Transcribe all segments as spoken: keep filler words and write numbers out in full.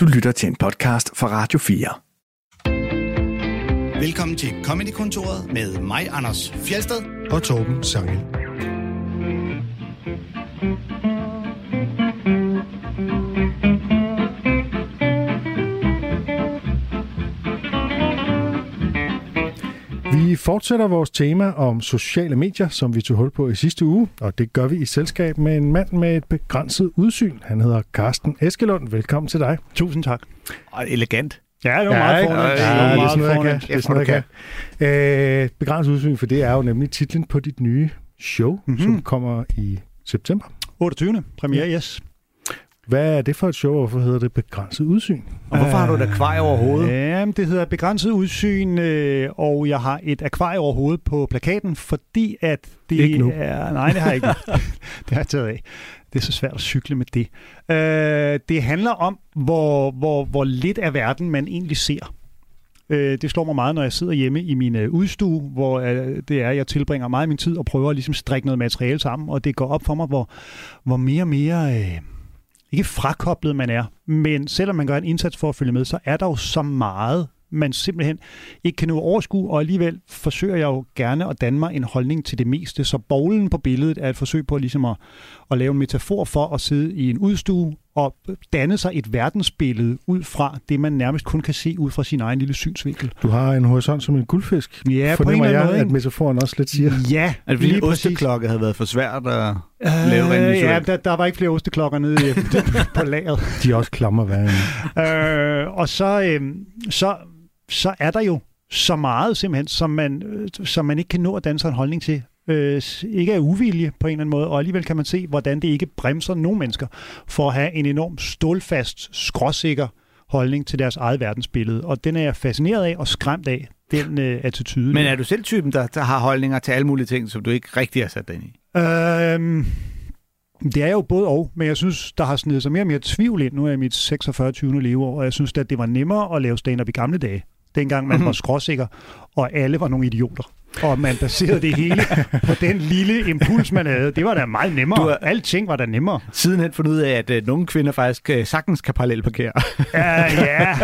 Du lytter til en podcast fra Radio fire. Velkommen til Comedy-kontoret med mig, Anders Fjeldsted og Torben Sangel. Vi fortsætter vores tema om sociale medier, som vi tog hul på i sidste uge, og det gør vi i selskab med en mand med et begrænset udsyn. Han hedder Carsten Eskelund. Velkommen til dig. Tusind tak. Og elegant. Ja, det var ja, meget fornemt. Ja, ja, det er sådan noget, jeg kan. Det er sådan noget, jeg kan. Øh, begrænset udsyn, for det er jo nemlig titlen på dit nye show, mm-hmm. som kommer i september. otteogtyvende premiere, yes. Hvad er det for et show, og hvorfor hedder det begrænset udsyn? Og hvorfor har du et akvarie over hovedet? Ja, det hedder begrænset udsyn, øh, og jeg har et akvarie over hovedet på plakaten, fordi at det ikke nu. er... Nej, det har jeg ikke. Det har jeg taget af. Det er så svært at cykle med det. Øh, det handler om, hvor, hvor, hvor lidt af verden man egentlig ser. Øh, det slår mig meget, når jeg sidder hjemme i min øh, udstue, hvor øh, det er, jeg tilbringer meget af min tid og prøver at ligesom strikke noget materiale sammen, og det går op for mig, hvor, hvor mere og mere... Øh, ikke frakoblet man er, men selvom man gør en indsats for at følge med, så er der jo så meget, man simpelthen ikke kan nå overskue, og alligevel forsøger jeg jo gerne at danne mig en holdning til det meste. Så bowlen på billedet er et forsøg på ligesom at, at lave en metafor for at sidde i en udstue og danne sig et verdensbillede ud fra det, man nærmest kun kan se ud fra sin egen lille synsvinkel. Du har en horisont som en guldfisk. Ja, fornemmer på en jeg, måde, at metaforen også lidt siger. Ja, er det fordi en osteklokke havde været for svært at øh, lave rent visuelt? Ja, der, der var ikke flere osteklokker nede på lageret. De er også klammer værre. øh, og så, øh, så, så er der jo så meget simpelthen, som man, som man ikke kan nå at danne sig en holdning til. Øh, ikke af uvilje på en eller anden måde, og alligevel kan man se, hvordan det ikke bremser nogen mennesker for at have en enorm stålfast, skråsikker holdning til deres eget verdensbillede. Og den er jeg fascineret af og skræmt af, den øh, attitude. Men er du selv typen, der, der har holdninger til alle mulige ting, som du ikke rigtig har sat dig ind i? Øhm, det er jo både og, men jeg synes, der har snedet sig mere og mere tvivl ind. Nu er jeg i mit seksogfyrre tyvende leveår, og jeg synes, at det var nemmere at lave stand-up i gamle dage. Dengang man var skråsikker, og alle var nogle idioter. Og man baserede det hele på den lille impuls, man havde. Det var da meget nemmere. Du er... Alting var da nemmere. Sidenhen fundet ud af, at uh, nogle kvinder faktisk uh, sagtens kan parallelparkere. Ja, ja.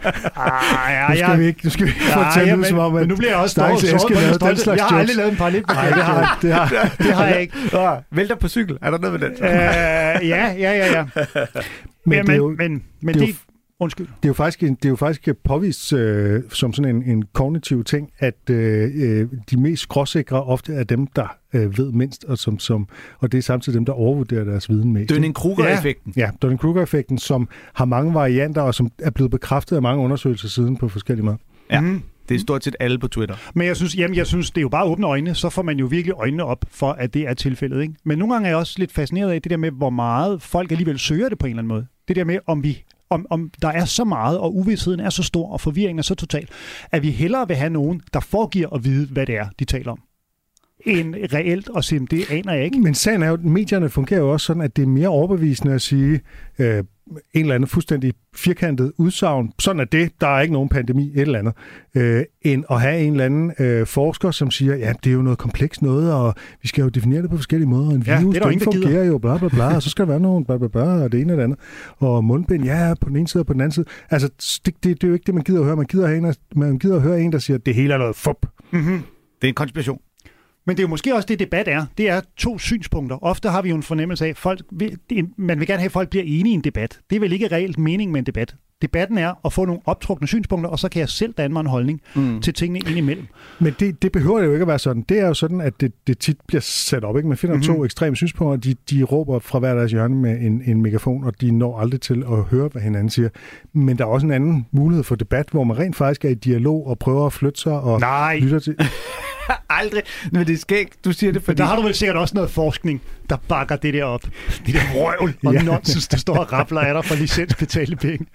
Ah, ja nu skal vi ikke, nu skal vi ikke fortælle ja, ud, som om, at... Men nu bliver jeg også stået. Jeg, jeg har aldrig lavet en parallelparkering. Nej, det har, det har, det har jeg ikke. Oh, vælter på cykel. Er der noget med det? Uh, ja, ja, ja, ja. Men, ja, men, jo, men, men det... Undskyld. Det er jo faktisk, det er jo faktisk påvist øh, som sådan en, en kognitiv ting, at øh, de mest skråsikre ofte er dem, der øh, ved mindst, og, som, som, og det er samtidig dem, der overvurderer deres viden mest. Dunning-Kruger-effekten. Ja, ja Dunning-Kruger-effekten, som har mange varianter, og som er blevet bekræftet af mange undersøgelser siden på forskellige måder. Ja. Mm. Det er stort set alle på Twitter. Men jeg synes, jamen, jeg synes, det er jo bare åbne øjne, så får man jo virkelig øjnene op for, at det er tilfældet. Ikke? Men nogle gange er jeg også lidt fascineret af det der med, hvor meget folk alligevel søger det på en eller anden måde. Det der med, om vi Om, om der er så meget, og uvidsheden er så stor, og forvirringen er så total, at vi hellere vil have nogen, der foregiver at vide, hvad det er, de taler om, end reelt at sige, det aner jeg ikke. Men sagen er jo, at medierne fungerer jo også sådan, at det er mere overbevisende at sige øh, en eller anden fuldstændig firkantet udsagn, sådan er det, der er ikke nogen pandemi, et eller andet, øh, end at have en eller anden øh, forsker, som siger, ja, det er jo noget komplekst noget, og vi skal jo definere det på forskellige måder, og en ja, virus, det der den fungerer jo, bla bla bla, og så skal der være nogen, bla bla bla, og det ene og det andet, og mundbind, ja, på den ene side og på den anden side. Altså, det, det, det er jo ikke det, man gider at høre. Man gider at, en, man gider at høre en, der siger, at det hele er noget fup. Mm-hmm. Det er en konspiration. Men det er jo måske også det, debat er. Det er to synspunkter. Ofte har vi jo en fornemmelse af, at folk vil, det, man vil gerne have, at folk bliver enige i en debat. Det er vel ikke reelt mening med en debat. Debatten er at få nogle optrukne synspunkter, og så kan jeg selv danne mig en holdning mm. til tingene indimellem. Men det, det behøver det jo ikke at være sådan. Det er jo sådan, at det, det tit bliver sat op. Ikke? Man finder mm-hmm. to ekstreme synspunkter, de, de råber fra hver deres hjørne med en, en megafon, og de når aldrig til at høre, hvad hinanden siger. Men der er også en anden mulighed for debat, hvor man rent faktisk er i dialog og prøver at flytte sig og Nej. lytter til... Aldrig. Men det er skægt. Du siger det, fordi... Der har du vel sikkert også noget forskning, der bakker det der op. Det der røvl og ja. nonsens, der står og rappler af dig for licensbetalte penge.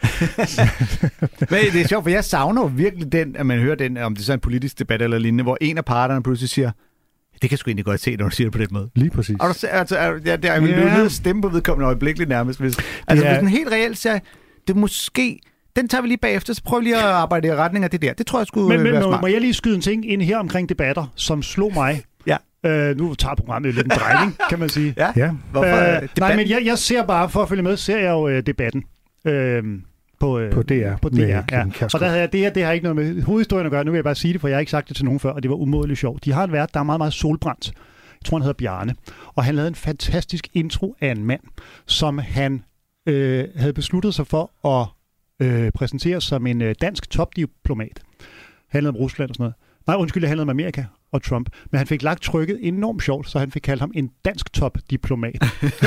Men det er sjovt, for jeg savner jo virkelig den, at man hører den, om det er så en politisk debat eller lignende, hvor en af parterne pludselig siger, det kan jeg sgu egentlig godt se, når du siger det på den måde. Lige præcis. Og du, altså, ja, der er jo yeah. nødt stemme på vedkommende øjeblikkeligt nærmest. Hvis, altså ja. hvis den helt reelt siger, det måske... Den tager vi lige bagefter, så prøver vi lige at arbejde i retning af det der. Det tror jeg skulle men, men, være smart. Må jeg lige skyde en ting ind her omkring debatter, som slog mig? Ja. Øh, nu tager programmet lidt en drejning, kan man sige. Ja. ja. Hvorfor? Øh, nej, men jeg, jeg ser bare, for at følge med, ser jeg jo øh, debatten. Øh, På, øh, på D R. På D R, ja. Og der havde jeg, det her det har ikke noget med hovedhistorien at gøre. Nu vil jeg bare sige det, for jeg har ikke sagt det til nogen før, og det var umådeligt sjovt. De har en vært, der er meget, meget solbrændt. Jeg tror, han hedder Bjarne. Og han lavede en fantastisk intro af en mand, som han øh, havde besluttet sig for at øh, præsentere som en øh, dansk topdiplomat. Handlede om Rusland og sådan noget. Nej, undskyld, det handlede om Amerika og Trump. Men han fik lagt trykket enormt sjovt, så han fik kaldt ham en dansk topdiplomat.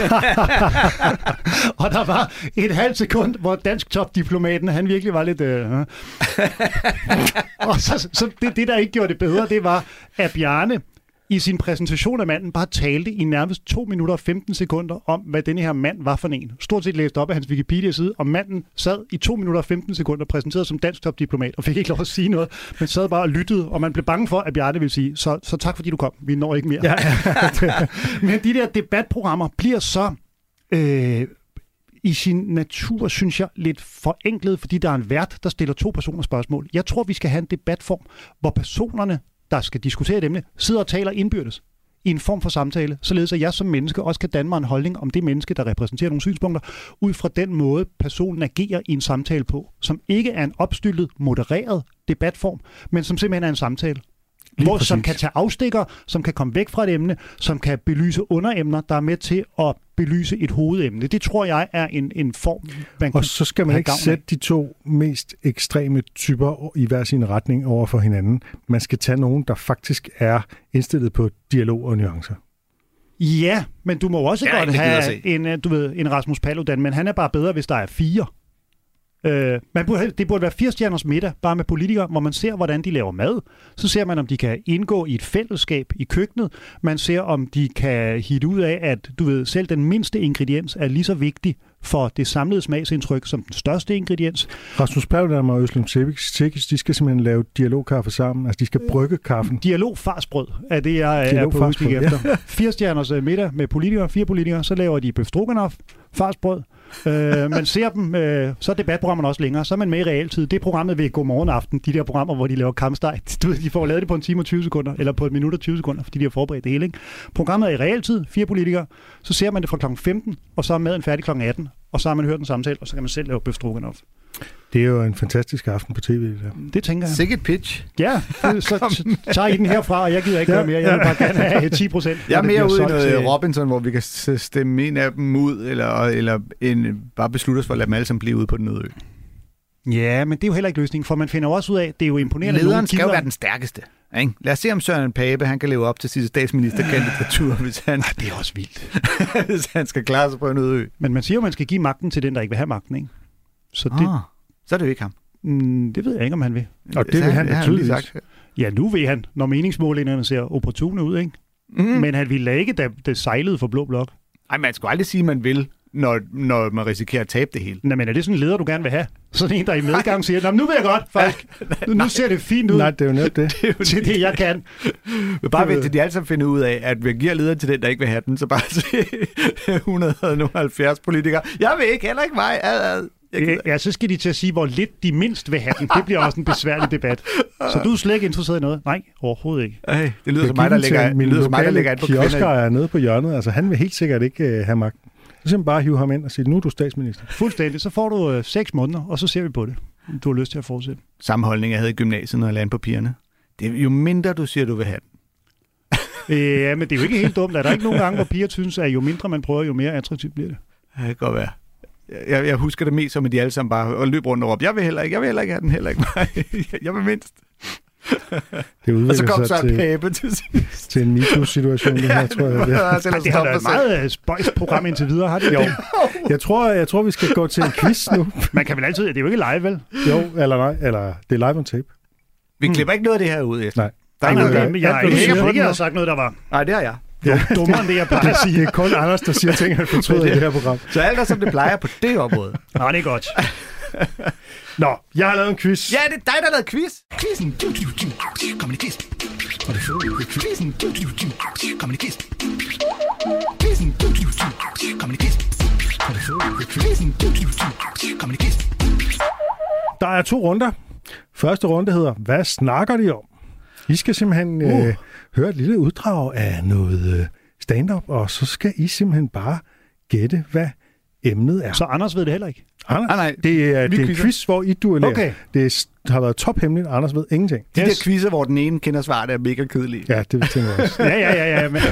Og der var et halvt sekund, hvor dansk topdiplomaten, han virkelig var lidt... Øh, øh. Og så, så det, det, der ikke gjorde det bedre, det var, at Bjarne i sin præsentation af manden bare talte i nærmest to minutter og femten sekunder om, hvad denne her mand var for en. Stort set læste op af hans Wikipedia-side, og manden sad i to minutter og femten sekunder præsenteret som dansk topdiplomat, og fik ikke lov at sige noget, men sad bare og lyttede, og man blev bange for, at Bjarne ville sige, så, så tak fordi du kom, vi når ikke mere. Ja. Men de der debatprogrammer bliver så øh, i sin natur, synes jeg, lidt forenklet, fordi der er en vært, der stiller to personer spørgsmål. Jeg tror, vi skal have en debatform, hvor personerne, der skal diskutere et emne, sidder og taler indbyrdes i en form for samtale, således at jeg som menneske også kan danne mig en holdning om det menneske, der repræsenterer nogle synspunkter, ud fra den måde, personen agerer i en samtale på, som ikke er en opstyltet, modereret debatform, men som simpelthen er en samtale. Hvor, som kan tage afstikker, som kan komme væk fra et emne, som kan belyse underemner, der er med til at belyse et hovedemne. Det tror jeg er en, en form, man Og så skal man ikke sætte de to mest ekstreme typer i hver sin retning over for hinanden. Man skal tage nogen, der faktisk er indstillet på dialog og nuancer. Ja, men du må også ja, godt have en, du ved, en Rasmus Paludan, men han er bare bedre, hvis der er fire. Øh, man burde, det burde være fire stjerners middag, bare med politikere, hvor man ser, hvordan de laver mad. Så ser man, om de kan indgå i et fællesskab i køkkenet. Man ser, om de kan hitte ud af, at du ved, selv den mindste ingrediens er lige så vigtig for det samlede smagsindtryk som den største ingrediens. Rasmus Paludan og Özlem Cekic, de skal simpelthen lave dialogkaffe sammen. Altså, de skal brygge kaffen. Dialogfarsbrød er det, jeg er på udkig efter. Ja. Fire stjerners middag med politikere, fire politikere, så laver de bøf stroganoff, farsbrød. øh, man ser dem, øh, så er debatprogrammerne også længere, så er man med i realtid. Det er programmet ved Godmorgen Aften, de der programmer, hvor de laver kampsteg. De får lavet det på en time og tyve sekunder, eller på et minut og tyve sekunder, fordi de har forberedt det hele. Ikke? Programmet er i realtid, fire politikere, så ser man det fra klokken femten, og så er maden færdig klokken atten, og så har man hørt en samtale, og så kan man selv lave bøf stroganoff. Det er jo en fantastisk aften på tv. Der. Det tænker jeg. Sikkert pitch. Ja, så tager I den herfra, og jeg gider ikke ja, gøre mere. Jeg vil bare gerne have ti procent. Jeg er mere ude i noget til Robinson, hvor vi kan stemme en af dem ud, eller, eller en, bare beslutte os for at lade dem alle sammen blive ude på den øde ø. Ja, men det er jo heller ikke løsningen, for man finder jo også ud af, det er jo imponerende. Lederen skal jo være den stærkeste. Ikke? Lad os se, om Søren Pape han kan leve op til sit statsministerkandidatur, hvis han... Ej, det er også vildt. hvis han skal klare sig på en øde ø. Men man siger jo, man skal give magten til den, der ikke vil have magten, ikke? Så det... Ah. Så er det jo ikke ham. Mm, det ved jeg ikke, om han vil. Og det vil han naturligvis. Ja, nu vil han, når meningsmålingerne ser opportune ud, ikke? Mm. Men han ville ikke, da det sejlede for Blå Blok. Nej, man skal aldrig sige, at man vil, når, når man risikerer at tabe det hele. Nej, men er det sådan en leder, du gerne vil have? Sådan en, der i medgang siger, nu vil jeg godt, faktisk. Nu, nu ser det fint ud. Nej, det er jo netop det. det er jo til det, jeg kan. Bare ved, at de alle sammen finder ud af, at vi giver lederen til den, der ikke vil have den, så bare se et hundrede og halvfjerds politikere. Jeg vil ikke, heller ikke mig. Ad, ad. Ja, så skal de til at sige, hvor lidt de mindst vil have den. Det bliver også en besværlig debat. Så du er slet ikke interesseret i noget? Nej, overhovedet ikke. Ej, det lyder som mig, der ligger, det lyder som mig, der ligger på kvinder. Oscar er nede på hjørnet. Altså, han vil helt sikkert ikke uh, have magten. Så simpelthen bare hive ham ind og sige, nu er du statsminister. Fuldstændig. Så får du uh, seks måneder, og så ser vi på det. Du har lyst til at fortsætte. Samme holdning, jeg havde i gymnasiet, når jeg landede papirerne. Det er jo mindre, du siger, du vil have den. Ja, men det er jo ikke helt dumt. Er der ikke nogen gange, hvor piger synes, at jo mindre man prøver, jo mere attraktivt bliver det? Det kan godt være. Jeg, jeg husker det mest som, at de alle sammen bare og løb rundt og råbte, jeg vil heller ikke, jeg vil heller ikke have den, heller ikke mig. Jeg vil mindst. Det og så kom så til, Pape til til en MeToo-situation, det her, tror jeg. Det, ja, det har været et meget spøjs program indtil videre, har det jo. Jeg tror, jeg tror, vi skal gå til en quiz nu. Man kan vel altid, det er jo ikke live, vel? Jo, eller nej, eller det er live on tape. Vi klipper ikke noget af det her ud efter. Nej. Der er ikke noget, jeg, jeg, jeg, jeg, jeg har sagt noget, der var... Nej, det har jeg. Ja. Dummere end det, jeg plejer at sige. Det er kun Anders, der siger ting, han fortryder i det her program. Så alt er, som det plejer på det område. Nå, det er godt. Nå, jeg har lavet en quiz. Ja, det er dig, der har lavet quiz. Quizzen. Kom en quiz. Quizzen. Kom en quiz. Quizzen. Kom en quiz. Quizzen. Kom en quiz. Der er to runder. Første runde hedder, hvad snakker de om? I skal simpelthen uh. øh, høre et lille uddrag af noget øh, stand-up, og så skal I simpelthen bare gætte, hvad emnet er. Så Anders ved det heller ikke? Anders, Ah, nej. det er, det er en quizzer. quiz, hvor I duellerer. Okay. Det er, har været tophemmeligt. Anders ved ingenting. De Yes. der quizzer, hvor den ene kender svaret, er mega kedelige. Ja, det tænker jeg også. Ja, ja, ja, ja. Men...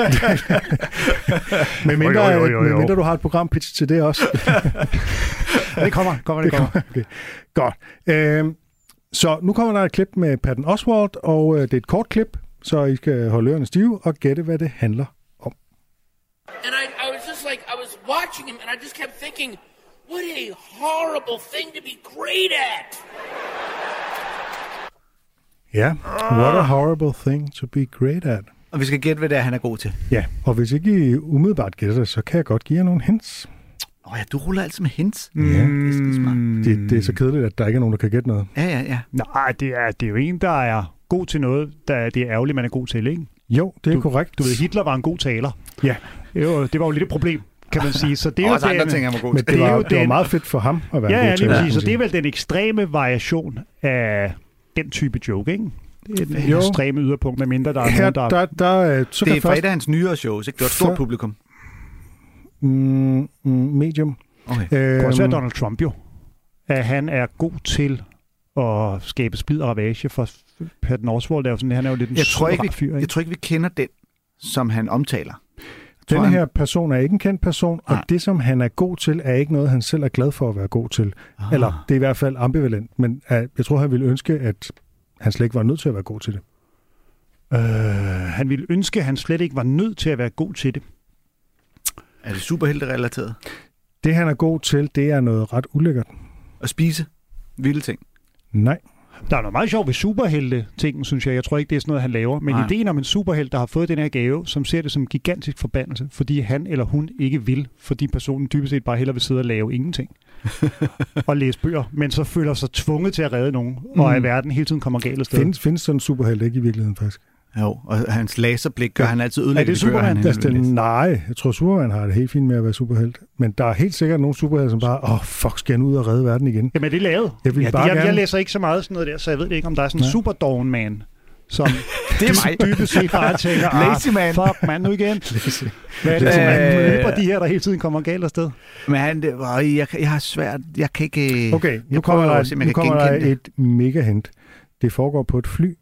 Men mindre, Jo, jo, jo, jo, jo. mindre du har et programpitch til det også. det kommer, kommer, det kommer. Okay. Godt. Øhm, så nu kommer der et klip med Patton Oswalt, og øh, det er et kort klip, så I skal holde ørerne stive og gætte, hvad det handler om. And I, I was just like, I was watching him, and I just kept thinking, what a horrible thing to be great at. Ja, what a horrible thing to be great at. Og vi skal gætte, hvad det er, han er god til. Ja, og hvis ikke I umiddelbart gætter det, så kan jeg godt give jer nogle hints. Åh oh, ja, du ruller altid med hints. Ja. Det er skide smart. Det, det er så kedeligt, at der ikke er nogen, der kan gætte noget. Ja, ja, ja. Nej, det er, det er jo en, der er god til noget, der det er ærgerligt, man er god til, ikke? Jo, det er Du- korrekt. Du ved, Hitler var en god taler. Ja, Det var, det var jo lidt et problem, kan man sige. Så det er jo Også andre den, ting, han var god men til. det det er var, jo det var den- meget fedt for ham at være Ja, en ja, god lige taler, præcis. Så kan det er man vel den ekstreme variation af den type joke, ikke? Det er den Jo. ekstreme yderpunkt, med mindre der er sige. Her, nogen, der... der, der, øh, så Det kan er fra først... et af hans nyere shows, ikke? Det var et stort For- publikum. Mm, mm, medium. Okay. Det kan også være Øhm, Donald Trump jo. At han er god til at skabe splid og ravage for Patton Oswalt. Er jo sådan, han er jo lidt en Jeg tror, ikke, super fyr, vi, ikke? jeg tror ikke, vi kender den, som han omtaler. Jeg tror, Denne han- her person er ikke en kendt person, og Nej. det, som han er god til, er ikke noget, han selv er glad for at være god til. Ah. Eller det er i hvert fald ambivalent, men uh, jeg tror, han ville ønske, at han slet ikke var nødt til at være god til det. Øh, han ville ønske, at han slet ikke var nødt til at være god til det. Er det superhelterelateret? Det, han er god til, det er noget ret ulækkert. At spise vilde ting? Nej. Der er noget meget sjovt ved superhelte-tingen, synes jeg. Jeg tror ikke, det er sådan noget, han laver. Men Nej. ideen om en superhelt, der har fået den her gave, som ser det som en gigantisk forbandelse, fordi han eller hun ikke vil, fordi personen dybest set bare hellere vil sidde og lave ingenting. og læse bøger, men så føler sig tvunget til at redde nogen, og Mm. at verden hele tiden kommer galt af sted. Findes, findes sådan en superhelt ikke i virkeligheden, faktisk? Jo, og hans laserblik gør Ja. han altid Er ødelæggende. det Superman? Han, Altså, den, nej, jeg tror, Superman har det helt fint med at være superhelt. Men der er helt sikkert nogle superhelte, som bare, åh, oh, fuck, skal han ud og redde verden igen? Jamen, er det lavet? Jeg vil ja, bare jeg, jeg gerne- læser ikke så meget sådan noget der, så jeg ved det ikke, om der er sådan en Nej. super doven man, som det er mig. dybest set bare tænker, ah, Lazy man. fuck man, nu igen. Hvad er det, Øh. som man løber de her, der hele tiden kommer galt af sted? Men han, det, åh, jeg, jeg har svært, jeg kan ikke... Okay, nu jeg kommer prøver der, at se, om nu jeg kan kommer der genkende et mega hint. Det foregår på et fly.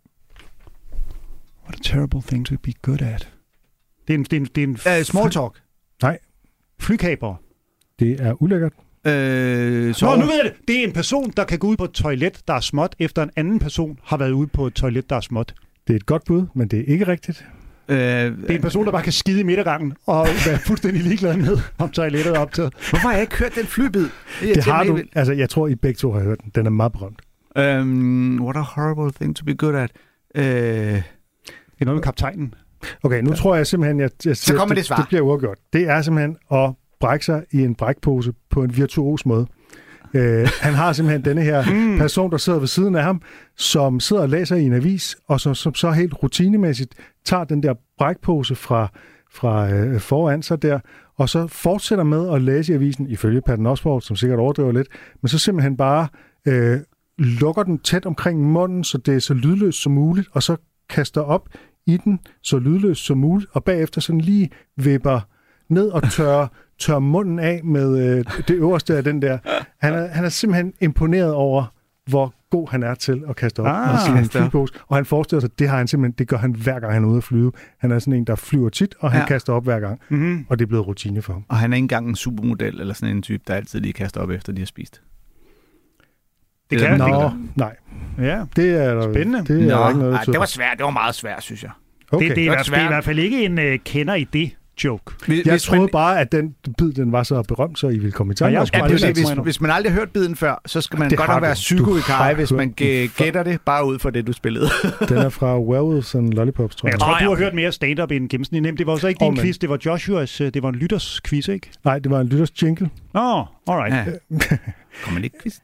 What a terrible thing to be good at. Det er en, det er en, det er en Uh, small talk. flykaber. Det er ulækkert. Øh, Så Nå, nu ved jeg det. Det er en person, der kan gå ud på et toilet, der er småt, efter en anden person har været ude på et toilet, der er småt. Det er et godt bud, men det er ikke rigtigt. øh, Det er en person, der bare kan skide i midtergangen og være fuldstændig ligeglad med, om toilettet er optaget. Hvorfor har jeg ikke hørt den flybid? Det har du. Altså, jeg tror, I begge to har hørt den. Den er meget berømt. Um, what a horrible thing to be good at. Øh, Det er noget med kaptajnen. Okay, nu tror jeg simpelthen, jeg, jeg siger, kommer det, det svar. det bliver uafgjort. Det er simpelthen at brække sig i en brækpose på en virtuos måde. Øh, han har simpelthen denne her person, der sidder ved siden af ham, som sidder og læser i en avis, og som, som så helt rutinemæssigt tager den der brækpose fra, fra øh, foran sig der, og så fortsætter med at læse i avisen, ifølge Patton Oswalt, som sikkert overdriver lidt, men så simpelthen bare øh, lukker den tæt omkring munden, så det er så lydløst som muligt, og så kaster op i den så lydløst som muligt, og bagefter sådan lige vipper ned og tørrer tør munden af med øh, det øverste af den der. Han er, han er simpelthen imponeret over, hvor god han er til at kaste op Ah, i sin kaste op. flypose. Og han forestiller sig, det har han simpelthen, det gør han hver gang han er ude at flyve. Han er sådan en, der flyver tit, og han Ja. ja. kaster op hver gang. Mm-hmm. Og det er blevet rutine for ham. og han er ikke engang en supermodel, eller sådan en type, der altid lige kaster op efter, de har spist. Det Det kan er han den Nå, ikke. nej. Ja. Det er der, Spændende. Det er der ikke noget, ej, der tyder det var på. svært. Det var meget svært, synes jeg. Okay. Det, det, er, i Det er hvert- det er i svært. hvert fald ikke en uh, kender i det joke. Hvis, Jeg hvis troede man, bare, at den bid, den var så berømt, så I ville komme i Og tanke jeg om skulle ja, det. det, aldrig hvis, sagt mig hvis man aldrig har hørt biden før, så skal man Det godt har nok være du. psyko Du i kaj, har hvis hørt man den gæ- før. gætter det bare ud fra det, du spillede. Den er fra Werewolves and Lollipops, tror Men jeg. jeg tror, Åh, du ja. har hørt mere stand-up end gennemsnit. Nemt. Det var jo så ikke din Åh, men- quiz, det var Joshuas, øh, det var en lytters quiz, ikke? Nej, det var en lytters jingle. Nå, oh, alright. Ja. Ja. Kommer ikke quiz?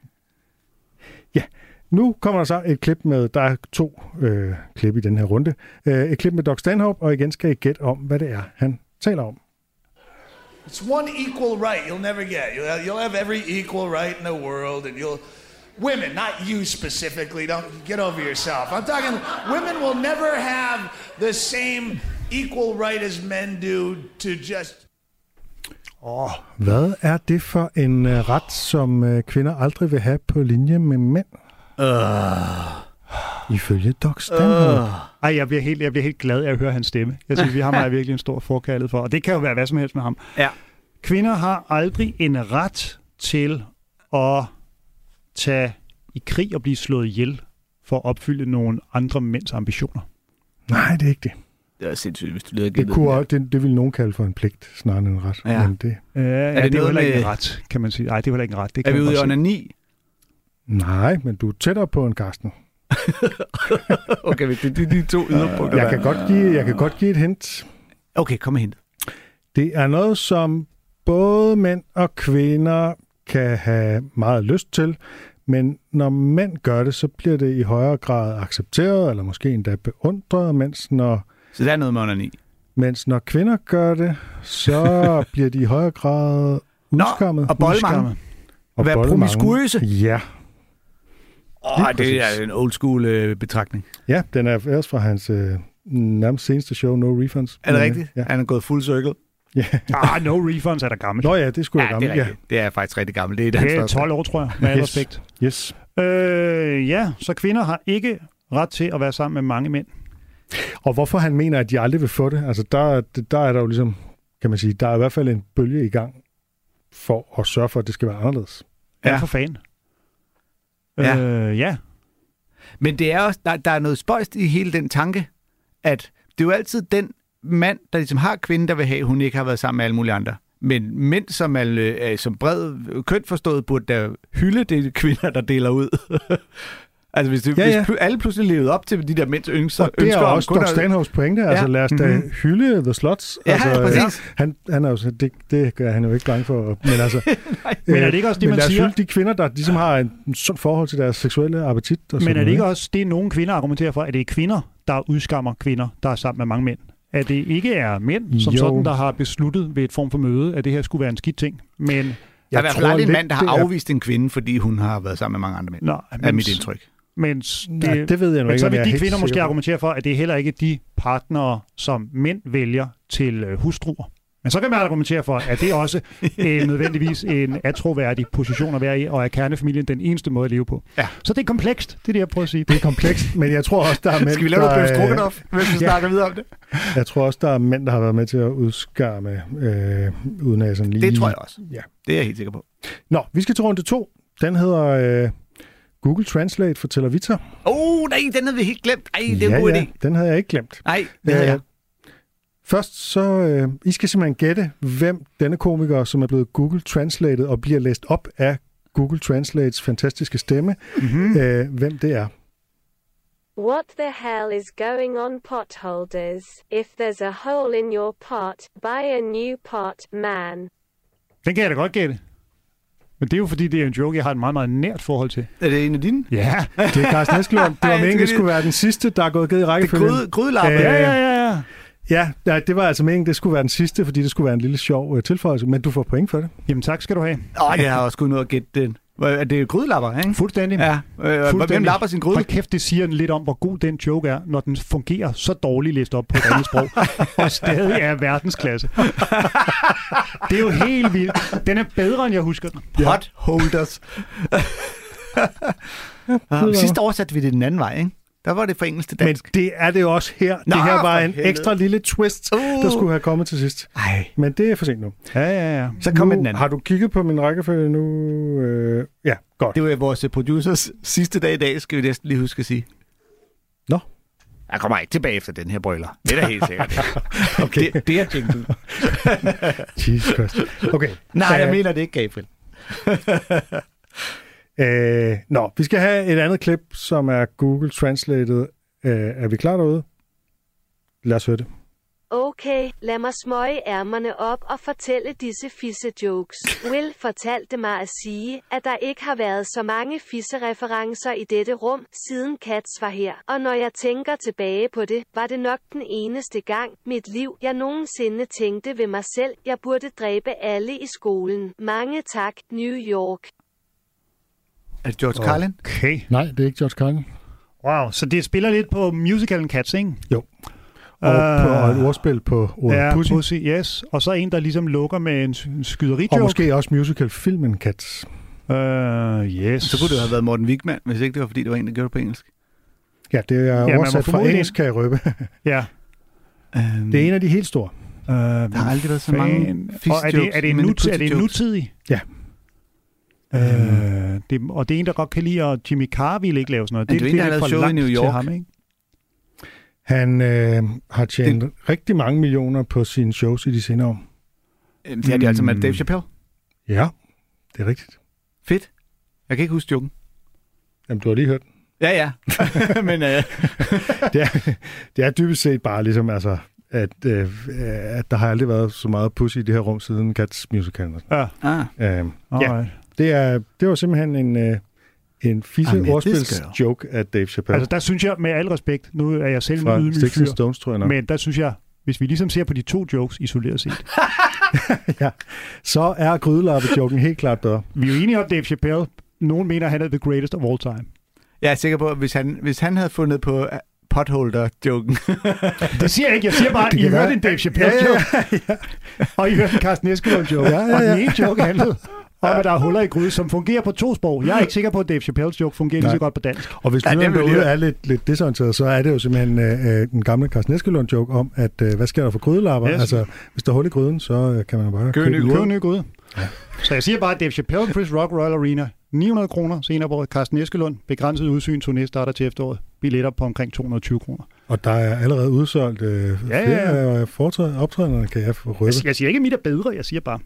Nu kommer der så et klip med, der er to øh, klip i den her runde. Øh, et klip med Doc Stanhope, og igen skal I gætte om, hvad det er, han taler om. It's one equal right you'll never get. You'll have, you'll have every equal right in the world, and you'll... Women, not you specifically, don't get over yourself. I'm talking, women will never have the same equal right as men do to just... Oh, hvad er det for en uh, ret, som uh, kvinder aldrig vil have på linje med mænd? Uh. Ifølge Doc Stanhope. Uh. Ej, jeg bliver, helt, jeg bliver helt glad af at høre hans stemme. Jeg synes, vi har mig virkelig en stor forkærlighed for. Og det kan jo være hvad som helst med ham. Ja. Kvinder har aldrig en ret til at tage i krig og blive slået ihjel for at opfylde nogle andre mænds ambitioner. Nej, det er ikke det. Det er sindssygt, hvis du leder det, kunne også, det, det ville nogen kalde for en pligt, snarere end en ret. Ja. Men det, øh, ja, er det, det er jo heller med... ikke en ret, kan man sige. Nej, det er heller ikke en ret. Det kan er vi ude i onani? Nej, men du er tættere på en Karsten. Okay, det er de, de to yderpunkter. Jeg kan, godt give, jeg kan godt give et hint. Okay, kom med hint. Det er noget, som både mænd og kvinder kan have meget lyst til, men når mænd gør det, så bliver det i højere grad accepteret, eller måske endda beundret, mens når, så der er noget med onani. Mens når kvinder gør det, så bliver de i højere grad udskammet. Nå, og bolle mange. Og være promiskuøse. Ja. Åh, oh, det er en old school øh, betragtning. Ja, den er også fra hans øh, nærmest seneste show, No Refunds. Er det rigtigt? Ja. Han er gået full circle. Ja. Ah, No Refunds er da gammelt. Nå ja, det er sgu da gammelt. Ja, det er, ja. det er faktisk rigtig gammelt. Det er, det er tolv år, tror jeg, med yes. respekt. Yes. Øh, ja, så kvinder har ikke ret til at være sammen med mange mænd. Og hvorfor han mener, at de aldrig vil få det, altså der, der er der jo ligesom, kan man sige, der er i hvert fald en bølge i gang for at sørge for, at det skal være anderledes. Ja, ja for fan. Ja. Øh, ja. Men det er også, der, der er noget spøjst i hele den tanke, at det er jo altid den mand, der ligesom har kvinde, der vil have, hun ikke har været sammen med alle mulige andre. Men mænd, som er som bred kønt forstået, burde der hylde det kvinder, der deler ud. Altså, hvis, det, ja, ja. hvis alle pludselig levede op til de der mænds ønsker... Og det er også Doc Stanhopes pointe. Ja. Altså, lad os da mm-hmm. hylde The Sluts. Ja, altså, præcis. Ja, han, han er jo, det, det er han jo ikke bange for. Men altså... men er det ikke også det, man siger... lad os hylde de kvinder, der ligesom har en sund forhold til deres seksuelle appetit. Og men er det ikke også det, nogle kvinder argumenterer for, at det er kvinder, der udskammer kvinder, der er sammen med mange mænd? At det ikke er mænd, som jo. sådan, der har besluttet ved et form for møde, at det her skulle være en skidt ting. Men... Jeg, jeg tror aldrig en mand, der har afvist en kvinde, fordi hun har været sammen med mange andre mænd. Nå, er mit indtryk. Men det, Nej, det ved jeg nu men ikke, så vil de kvinder måske sikker. argumentere for, at det er heller ikke de partnere, som mænd vælger til øh, hustruer. Men så kan man argumentere for, at det også er nødvendigvis en atroværdig position at være i, og er kernefamilien den eneste måde at leve på. Ja. Så det er komplekst, det er det, jeg prøver at sige. Det er komplekst, men jeg tror også, der er mænd, Skal vi lave noget Bøf Stroganoff, hvis vi snakker videre om det? Jeg tror også, der er mænd, der har været med til at udskamme, øh, uden at sådan lige... Det tror jeg også. Ja. Det er jeg helt sikker på. Nå, vi skal til runde to. Den hedder... Øh, Google Translate fortæller Vita. Åh, oh, nej, den havde vi helt glemt. Ej, det er ja, en god ja, idé. Den havde jeg ikke glemt. Nej, det havde jeg. Først så, øh, I skal simpelthen gætte, hvem denne komiker, som er blevet Google Translated og bliver læst op af Google Translates fantastiske stemme, mm-hmm. øh, hvem det er. What the hell is going on, potholders? If there's a hole in your pot, buy a new pot, man. Den kan jeg da godt gætte. Men det er jo fordi, det er en joke, jeg har et meget, meget nært forhold til. Er det en af dine? Ja, det er Carsten Eskelund. Det var meningen, det skulle være den sidste, der er gået ged i rækkefølgen. Det er grydelapper. Øh, ja, ja, ja. Ja, ja, det var altså meningen, det skulle være den sidste, fordi det skulle være en lille sjov uh, tilføjelse, men du får point for det. Jamen tak skal du have. Åh, oh, jeg har også kunnet nå at gætte den. Er det grydelapper, ikke? Fuldstændig. Ja. Øh, Fuldstændig. Hvem lapper sin gryde? Hold kæft, det siger lidt om, hvor god den joke er, når den fungerer så dårligt læst op på et andet sprog, og stadig er verdensklasse. Det er jo helt vildt. Den er bedre, end jeg husker den. Potholders. Ja, sidste år satte vi det den anden vej, ikke? Der var det fra engelsk til dansk. Men det er det også her. Nå, det her var en helvede. Ekstra lille twist, uh. der skulle have kommet til sidst. Ej. Men det er for sent nu. Ja, ja, ja. Så kom med den anden. Har du kigget på min rækkefølge nu? Øh, ja, godt. Det var vores producers sidste dag i dag, skal vi næsten lige huske at sige. Nå. Jeg kommer ikke tilbage efter den her brøler. Det er da helt sikkert. Okay. Det, det er jingle. Jesus Christ. Okay. Nej, jeg uh, mener det ikke, Gabriel. Øh, nå, vi skal have et andet klip, som er Google Translated. Øh, er vi klar derude? Lad os høre det. Okay, lad mig smøge ærmerne op og fortælle disse fisse-jokes. Will fortalte mig at sige, at der ikke har været så mange fisse-referencer i dette rum, siden Cats var her. Og når jeg tænker tilbage på det, var det nok den eneste gang mit liv, jeg nogensinde tænkte ved mig selv, jeg burde dræbe alle i skolen. Mange tak, New York. Er det George Carlin? Okay. Nej, det er ikke George Carlin. Wow, så det spiller lidt på musicalen Cats, ikke? Jo. Og, uh, på, og et ordspil på ordet ja, pussy. pussy. Yes. Og så en, der ligesom lukker med en, en skyderi-joke. Og måske også musical-filmen Cats. Uh, yes. Så kunne det have været Morten Wigman, hvis ikke det var, fordi det var en, der gjorde det på engelsk. Ja, det er ja, oversat fra engelsk, kan jeg røbe. Ja. Um, det er en af de helt store. Uh, der har aldrig været så mange fish er det, er det en, nut, er det en nutidig? Ja. Uh, det, og det er en, der godt kan lide, og Jimmy Carr ville ikke lave sådan noget. Det, det er en, der har lavet show i New York. Ham, ikke? Han øh, har tjent det... rigtig mange millioner på sine shows i de senere år. Det har de altså med Dave Chappelle. Ja, det er rigtigt. Fedt. Jeg kan ikke huske joken. Jamen, du har lige hørt den. Ja, ja. Men, øh... det, er, det er dybest set bare ligesom, altså, at, øh, at der har aldrig været så meget pussy i det her rum siden Cats musical. Ja. Ah. Øh, ja. Det, er, det var simpelthen en, øh, en fisse ordspils-joke af Dave Chappelle. Altså, der synes jeg, med al respekt, nu er jeg selv fra en ydmyg fyr, Stones, tror jeg nok. Men der synes jeg, hvis vi ligesom ser på de to jokes isoleret set, ja, så er grydelappe-joken helt klart bedre. Vi er jo enige om Dave Chappelle. Nogen mener, han er the greatest of all time. Jeg er sikker på, at hvis han, hvis han havde fundet på potholder-joken... Det siger jeg ikke. Jeg siger bare, at I hørte en Dave Chappelle-joke. Ja, ja, ja. Og I hørte en Carsten Eskelund-joke. Ja, ja, ja. Og den ene joke handlede om, at der er huller i gryde, som fungerer på to sprog. Jeg er ikke sikker på, at Dave Chappelles joke fungerer lige så godt på dansk. Og hvis du ja, derude er lidt, lidt desorienteret, så er det jo simpelthen øh, den gamle Carsten Eskelund-joke om, at øh, hvad sker der for grydelapper? Yes. Altså, hvis der er hul i gryden, så øh, kan man bare købe ny, købe ny gryde. Ja. Så jeg siger bare, at Dave Chappelle, Chris Rock, Royal Arena, ni hundrede kroner senere på Carsten Eskelund, begrænset udsyn, turné starter til efteråret, billetter på omkring to hundrede og tyve kroner. Og der er allerede udsolgt øh, ja, ja, ja. flere optrædende, kan jeg få røbe. Jeg, jeg siger ikke, at mit er bedre, jeg siger bare.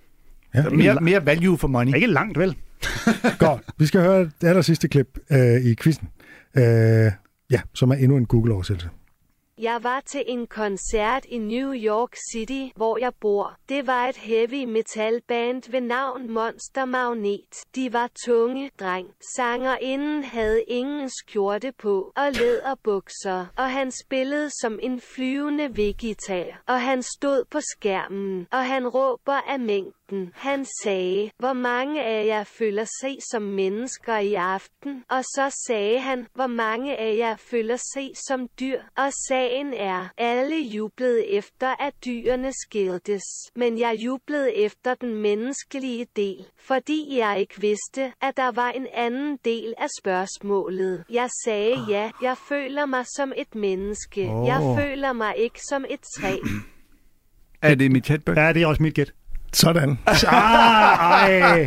Ja. Mere, mere value for money. Ikke langt, vel? Godt. Vi skal høre det aller sidste klip øh, i quizzen, øh, ja, som er endnu en Google-oversættelse. Jeg var til en koncert i New York City, hvor jeg bor. Det var et heavy metal band ved navn Monster Magnet. De var tunge, dreng. Sangerinden havde ingen skjorte på og læderbukser, og han spillede som en flyvende V-guitar. Og han stod på skærmen, og han råber af mængden. Han sagde, hvor mange af jer føler sig som mennesker i aften? Og så sagde han, hvor mange af jer føler sig som dyr? Og sagen er, alle jublede efter, at dyrene skiltes. Men jeg jublede efter den menneskelige del, fordi jeg ikke vidste, at der var en anden del af spørgsmålet. Jeg sagde ja, jeg føler mig som et menneske. Oh. Jeg føler mig ikke som et træ. Er det mit Hedberg? Ja, det er også mit gæt. Sådan. Ah, ej.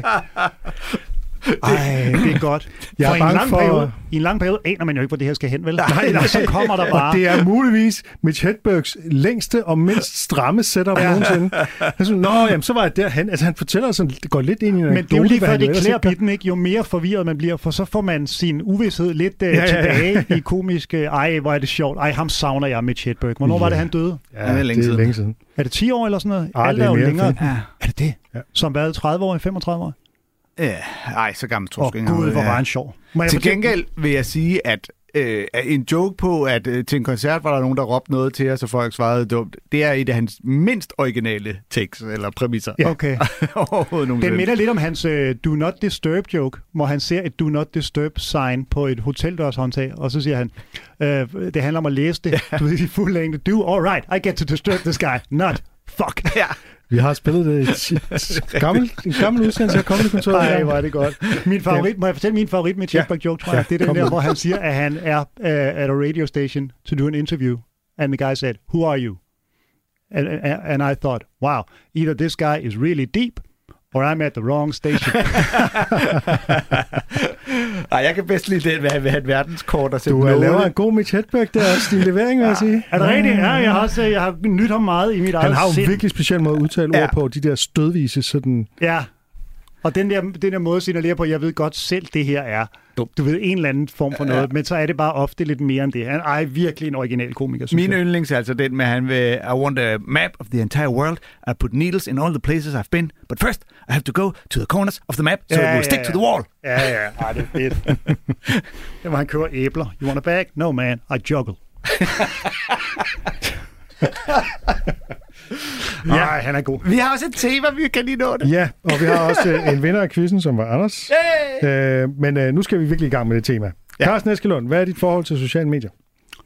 Ej, det er godt. Jeg er for, en lang for... periode, I en lang periode aner man jo ikke, hvor det her skal hen, vel? Nej, nej. Så kommer der bare... Og det er muligvis Mitch Hedbergs længste og mindst stramme setup ja. nogensinde. Han sådan, nå, jamen, så var jeg derhen. Altså, han fortæller sådan, det går lidt ind i en Men det er jo lige før, det klæder bitten, ikke? Jo mere forvirret man bliver, for så får man sin uvidshed lidt uh, ja, ja, ja. tilbage i komiske, ej, hvor er det sjovt. Ej, ham savner jeg, Mitch Hedberg. Hvornår ja. var det, han døde? Ja, det er længe, det er længe siden. Er det ti år eller sådan noget? Ah, Alt det er, er jo mere længere. Ja. Er det det? Ja. Som hvad, tredive år, femogtredive år? Ja, ej, så gammel tror jeg ikke. Åh gud, hvor var han sjov. Til gengæld vil jeg sige, at øh, en joke på, at øh, til en koncert var der nogen, der råbte noget til os, og folk svarede dumt, det er et af hans mindst originale tekst eller præmisser. Ja. Okay. Den minder lidt om hans uh, do not disturb joke, hvor han ser et do not disturb sign på et hoteldørshåndtag, og så siger han, øh, det handler om at læse det. Du ved, i fuld længde. Do, all right, I get to disturb this guy. Not. Fuck. Ja. Vi har spillet det i gammel, en gammel udsendelse af Comedy Kontoret. Nej, hvor er det godt. Min favorit, må jeg fortælle min favorit med Hedberg joke, tror jeg? Ja, det er den der, hvor han siger, at han er uh, at a radio station to do an interview. And the guy said, who are you? And, and I thought, wow, either this guy is really deep, or I'm at the wrong station. Ej, jeg kan bedst lide den, hvad han verdenskort og Du uh, laver en god Mitch Hedberg der, også din levering, vil jeg sige. Er det rigtigt? Ja, jeg har, også, jeg har nyt ham meget i mit eget sind. Han har jo sind. en virkelig speciel måde at udtale ja. ord på, de der stødvise sådan... Ja, og den der, den der måde at signalere på, jeg ved godt selv, det her er, du ved, en eller anden form for noget, ja. men så er det bare ofte lidt mere end det. Han er virkelig en original komiker. Min yndlings er altså den med, han vil, I want a map of the entire world, I put needles in all the places I've been, but first I have to go to the corners of the map, so ja, it will stick ja, ja. to the wall. Ja, ja, Ej, det er fedt. Det var, han køber æbler. You want a bag? No, man, I juggle. Ja, Ej, han er god. Vi har også et tema, vi kan lige nå det. Ja, og vi har også en vinder af quizzen, som var Anders. Hey! Øh, men øh, nu skal vi virkelig i gang med det tema. Ja. Carsten Eskelund, hvad er dit forhold til sociale medier?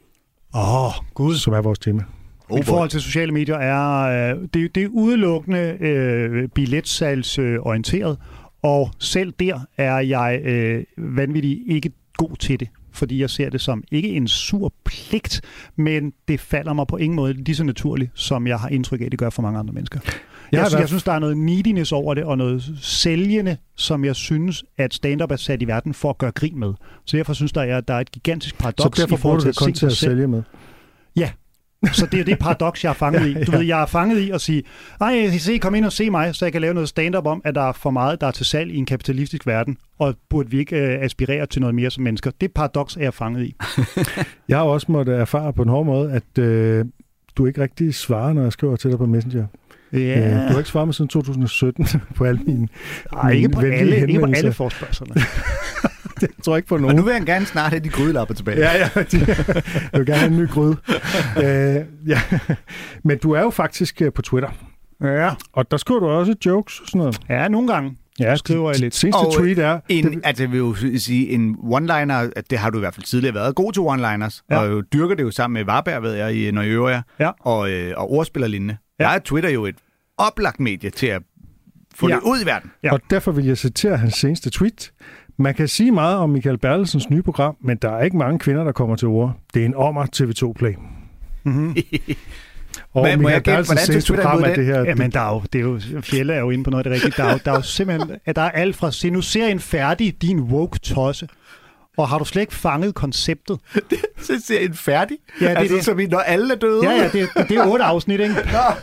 Åh, oh, gud. Som er vores tema. Oh, I forhold til sociale medier er øh, det, det er udelukkende øh, billetsalgsorienteret, og selv der er jeg øh, vanvittigt ikke god til det, fordi jeg ser det som ikke en sur pligt, men det falder mig på ingen måde lige så naturligt, som jeg har indtryk af, det gør for mange andre mennesker. Jeg, jeg, synes, jeg synes, der er noget neediness over det, og noget sælgende, som jeg synes, at stand-up er sat i verden for at gøre grin med. Så derfor synes jeg, at der er et gigantisk paradoks i forhold til at se til at sælge med? Ja. Så det er det paradoks, jeg er fanget i. Du ja. ved, jeg er fanget i at sige, nej, se, kom ind og se mig, så jeg kan lave noget stand-up om, at der er for meget, der er til salg i en kapitalistisk verden, og burde vi ikke øh, aspirere til noget mere som mennesker. Det paradoks er jeg fanget i. Jeg har også måttet erfare på en hård måde, at øh, du ikke rigtig svarer, når jeg skriver til dig på Messenger. Ja. Øh, du har ikke svaret mig siden to tusind sytten på alle mine Nej, ikke på alle, ikke på alle forspørgserne. Jeg tror ikke på nogen. Og nu vil jeg gerne snart have de grydelapper tilbage. Ja, ja. De, jeg vil gerne have en ny gryde. øh, ja. Men du er jo faktisk på Twitter. Ja. Og der skriver du også jokes og sådan noget. Ja, nogle gange. Ja, skriver jeg lidt. Seneste og tweet er... En, det, altså, jeg vil jo sige, en one-liner, det har du i hvert fald tidligere været god til one-liners, ja. Og jo dyrker det jo sammen med Varberg, ved jeg, i Nøje, ja. og, øh, og ordspillerlignende. Ja. Der er Twitter jo et oplagt medie til at få ja. det ud i verden. Ja. Og derfor vil jeg citere hans seneste tweet. Man kan sige meget om Michael Bertelsens nye program, men der er ikke mange kvinder, der kommer til ord. Det er en ommer T V to Play. Mm-hmm. Og Men, Michael Bertelsens seneste program er det her... Ja, men der er jo, det er jo, Fjelle er jo inde på noget af det rigtige. Der er jo, der er jo simpelthen, at der er alt fra, se nu serien færdig, din woke tosse. Og har du slet ikke fanget konceptet? Så ser en færdig? Ja, det er altså, det. som i, når alle er døde? Ja, ja, det, det er otte afsnit, ikke?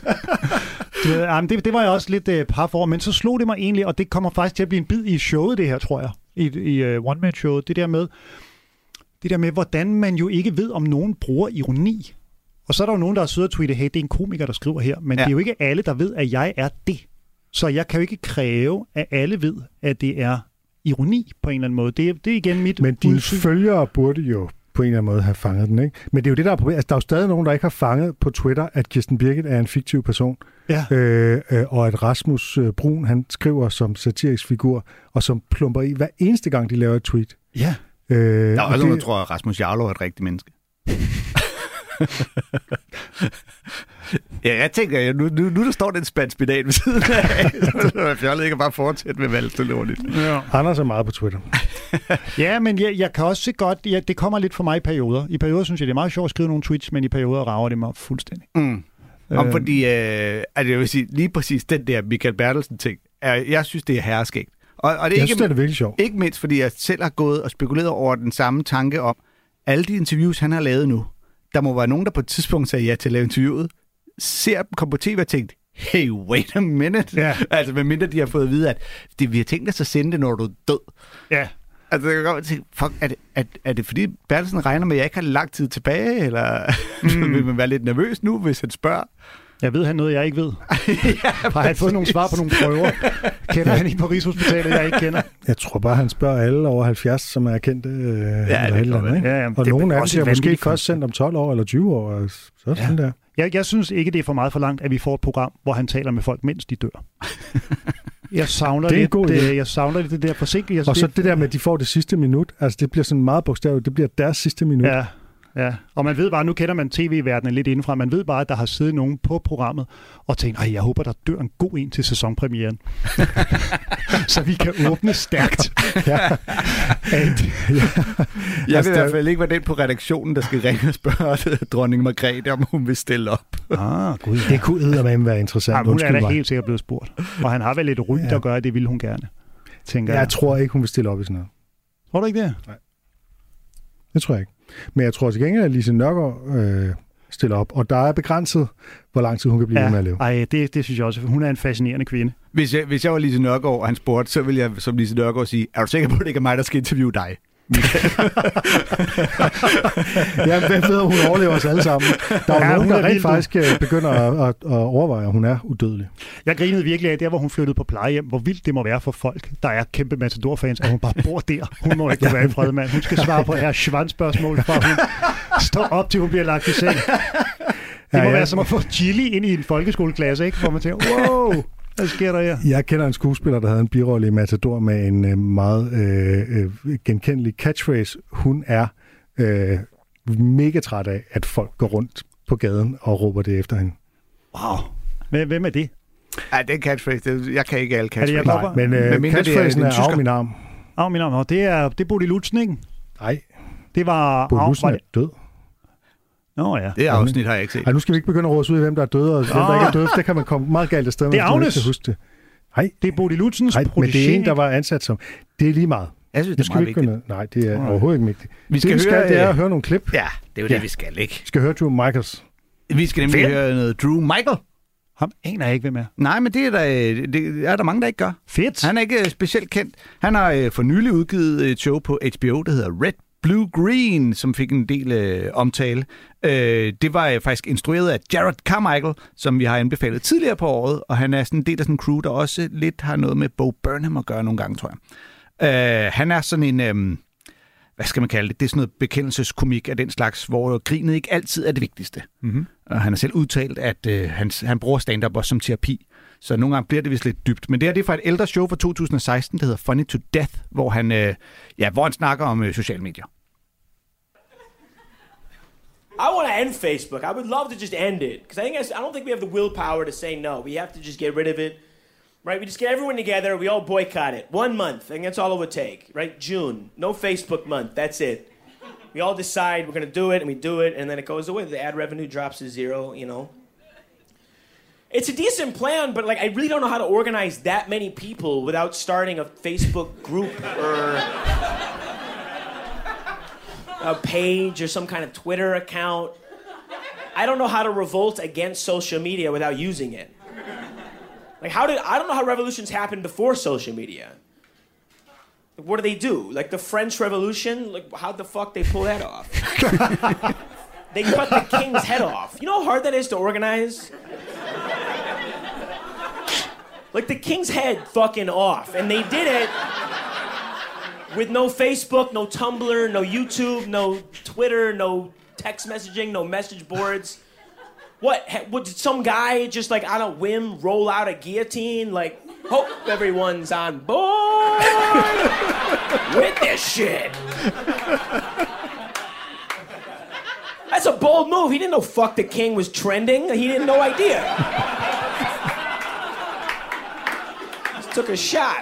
Du, jamen, det, det var jeg også lidt uh, par for, men så slog det mig egentlig, og det kommer faktisk til at blive en bid i showet, det her, tror jeg. I, i uh, one-man-showet. Det der med, det der med, hvordan man jo ikke ved, om nogen bruger ironi. Og så er der jo nogen, der har siddet og tweetet, hey, det er en komiker, der skriver her, men ja. Det er jo ikke alle, der ved, at jeg er det. Så jeg kan jo ikke kræve, at alle ved, at det er ironi på en eller anden måde. Det, det er igen mit Men dine udsyn. følgere burde jo på en eller anden måde have fanget den, ikke? Men det er jo det, der er problemet. Altså, der er jo stadig nogen, der ikke har fanget på Twitter, at Kirsten Birgit er en fiktiv person. Ja. Øh, øh, og at Rasmus øh, Brun, han skriver som satirisk figur, og som plumper i hver eneste gang, de laver et tweet. Ja. Øh, der er også nogen, der tror, at Rasmus Jarlov er et rigtigt menneske. Ja, jeg tænker, nu, nu, nu der står den spand spinat ved siden af. Så fjollet ikke bare fortsætte med valg til lovligt. Ja. Anders er meget på Twitter. Ja, men jeg, jeg kan også se godt, ja, det kommer lidt for mig i perioder. I perioder synes jeg, det er meget sjovt at skrive nogle tweets, men i perioder rager det mig fuldstændig. Mm. Om øh. fordi, øh, altså jeg vil sige, lige præcis den der Michael Bertelsen-ting, er, jeg synes, det er herreskægt. Og, og det er jeg ikke, synes, det er virkelig sjovt. Ikke mindst, fordi jeg selv har gået og spekuleret over den samme tanke om, alle de interviews, han har lavet nu, der må være nogen, der på et tidspunkt sagde ja til at lave interviewet, ser dem komme på tv og tænkt, hey, wait a minute. Ja. Altså, medmindre de har fået at vide, at det, vi har tænkt os at sende det, når du er død. Ja. Altså, jeg kan godt tænke, fuck, er det, er, er det fordi Bertelsen regner med, at jeg ikke har lang tid tilbage, eller mm. vil man være lidt nervøs nu, hvis han spørger? Jeg ved han noget, jeg ikke ved. Ja, har han fået nogle svar på nogle prøver? Kender han ikke på Rigshospitalet, jeg ikke kender? Jeg tror bare, han spørger alle over halvfjerds, som er kendte. Øh, ja, eller det eller andet, ikke? Ja, ja, og nogle af dem siger måske vanvittigt. først sendt om tolv år eller tyve år. Så ja. Sådan der. Jeg, jeg synes ikke, det er for meget for langt, at vi får et program, hvor han taler med folk, mens de dør. Jeg savner, det lidt, god det, jeg savner lidt det der forsinkelse. Og så det der med, at de får det sidste minut. Altså, det bliver sådan meget bogstaveligt. Det bliver deres sidste minut. Ja. Ja, og man ved bare, nu kender man tv-verdenen lidt indenfra, man ved bare, at der har siddet nogen på programmet og tænkt, ej, jeg håber, der dør en god en til sæsonpremieren. Så vi kan åbne stærkt. Ja. And, ja. Jeg vil i hvert fald ikke være den på redaktionen, der skal ringe og spørge dronning Margrethe, om hun vil stille op. Ah, gud, det kunne eddermame være interessant. Ja, hun er da helt sikkert blevet spurgt. Og han har vel et ry, ja. der gør, at det vil hun gerne, tænker jeg. Jeg tror ikke, hun vil stille op i sådan noget. Tror du ikke det? Nej. Det tror jeg ikke. Men jeg tror til gengæld, at Lise Nørgaard øh, stiller op, og der er begrænset, hvor lang tid hun kan blive ved med at leve. Ej, det, det synes jeg også. Hun er en fascinerende kvinde. Hvis jeg, hvis jeg var Lise Nørgaard, og han spurgte, så ville jeg som Lise Nørgaard sige, er du sikker på, at det ikke er mig, der skal interviewe dig? Ja, hvem ved, hun overlever os alle sammen. Der er jo ja, nogen, der rent faktisk begynder at, at, at overveje, at hun er udødelig. Jeg grinede virkelig af der, hvor hun flyttede på plejehjem. Hvor vildt det må være for folk, der er kæmpe Matador-fans, at hun bare bor der. Hun må ikke ja. være en fred mand. Hun skal svare på her Schwanz-spørgsmål, fra hun står op, til hun bliver lagt i seng. Det må ja, ja. være som at få chili ind i en folkeskoleklasse, ikke? Hvor man tænker, wow, hvad sker der her? Jeg kender en skuespiller, der havde en birolle i Matador med en øh, meget øh, øh, genkendelig catchphrase. Hun er øh, mega træt af, at folk går rundt på gaden og råber det efter hende. Wow. Hvem er det? Ej, det er catchphrase. Det, jeg kan ikke alle catchphrases. Nej, men øh, catchphrasen er af min arm. Af min arm. Nå, det er, det er Bodil Lutzen, ikke? Nej. Det var... Bodil Lutzen er død. Nå ja. Det afsnit har jeg ikke set. Ej, nu skal vi ikke begynde at råse ud i, hvem der er døde, og hvem der ikke er døde, for det kan man komme meget galt af sted. Det er Agnes. Det. Nej. Det er Bodil Lutzens protégé. Men det er en, der var ansat som... Det er lige meget. Jeg synes, det er meget vigtigt. Nej, det er overhovedet ikke vigtigt. Vi skal det, vi høre, skal, det er at høre nogle klip. Ja, det er jo ja. det, vi skal, ikke? Vi skal høre Drew Michaels. Vi skal nemlig Fedt. høre noget Drew Michael. Ham aner jeg ikke, hvem er. Nej, men det er, der, det er der mange, der ikke gør. Fedt. Han er ikke specielt kendt. Han har for nylig udgivet et show på H B O, der hedder Red Blue Green, som fik en del øh, omtale. Øh, det var øh, faktisk instrueret af Jared Carmichael, som vi har anbefalet tidligere på året, og han er sådan en del af sådan en crew, der også lidt har noget med Bo Burnham at gøre nogle gange, tror jeg. Øh, han er sådan en, øh, hvad skal man kalde det? Det er sådan noget bekendelseskomik af den slags, hvor grinet ikke altid er det vigtigste. Mm-hmm. Og han har selv udtalt, at øh, han, han bruger stand-up også som terapi. Så nogle gange bliver det vist lidt dybt. Men det her det er fra et ældre show fra to tusind og seksten, der hedder Funny to Death, hvor han, øh, ja, hvor han snakker om øh, sociale medier. I want to end Facebook. I would love to just end it. Because I think I, I don't think we have the willpower to say no. We have to just get rid of it. Right? We just get everyone together. We all boycott it. One month. I think that's all it would take. Right? June. No Facebook month. That's it. We all decide we're going to do it, and we do it, and then it goes away. The ad revenue drops to zero, you know. It's a decent plan, but like I really don't know how to organize that many people without starting a Facebook group or a page or some kind of Twitter account. I don't know how to revolt against social media without using it. Like how did I don't know how revolutions happened before social media. What do they do? Like the French Revolution? Like how the fuck they pull that off? They cut the king's head off. You know how hard that is to organize? Like the king's head fucking off, and they did it with no Facebook, no Tumblr, no YouTube, no Twitter, no text messaging, no message boards. What? What did some guy just like on a whim roll out a guillotine? Like, hope everyone's on board with this shit. That's a bold move. He didn't know fuck the king was trending. He didn't no idea. Just took a shot.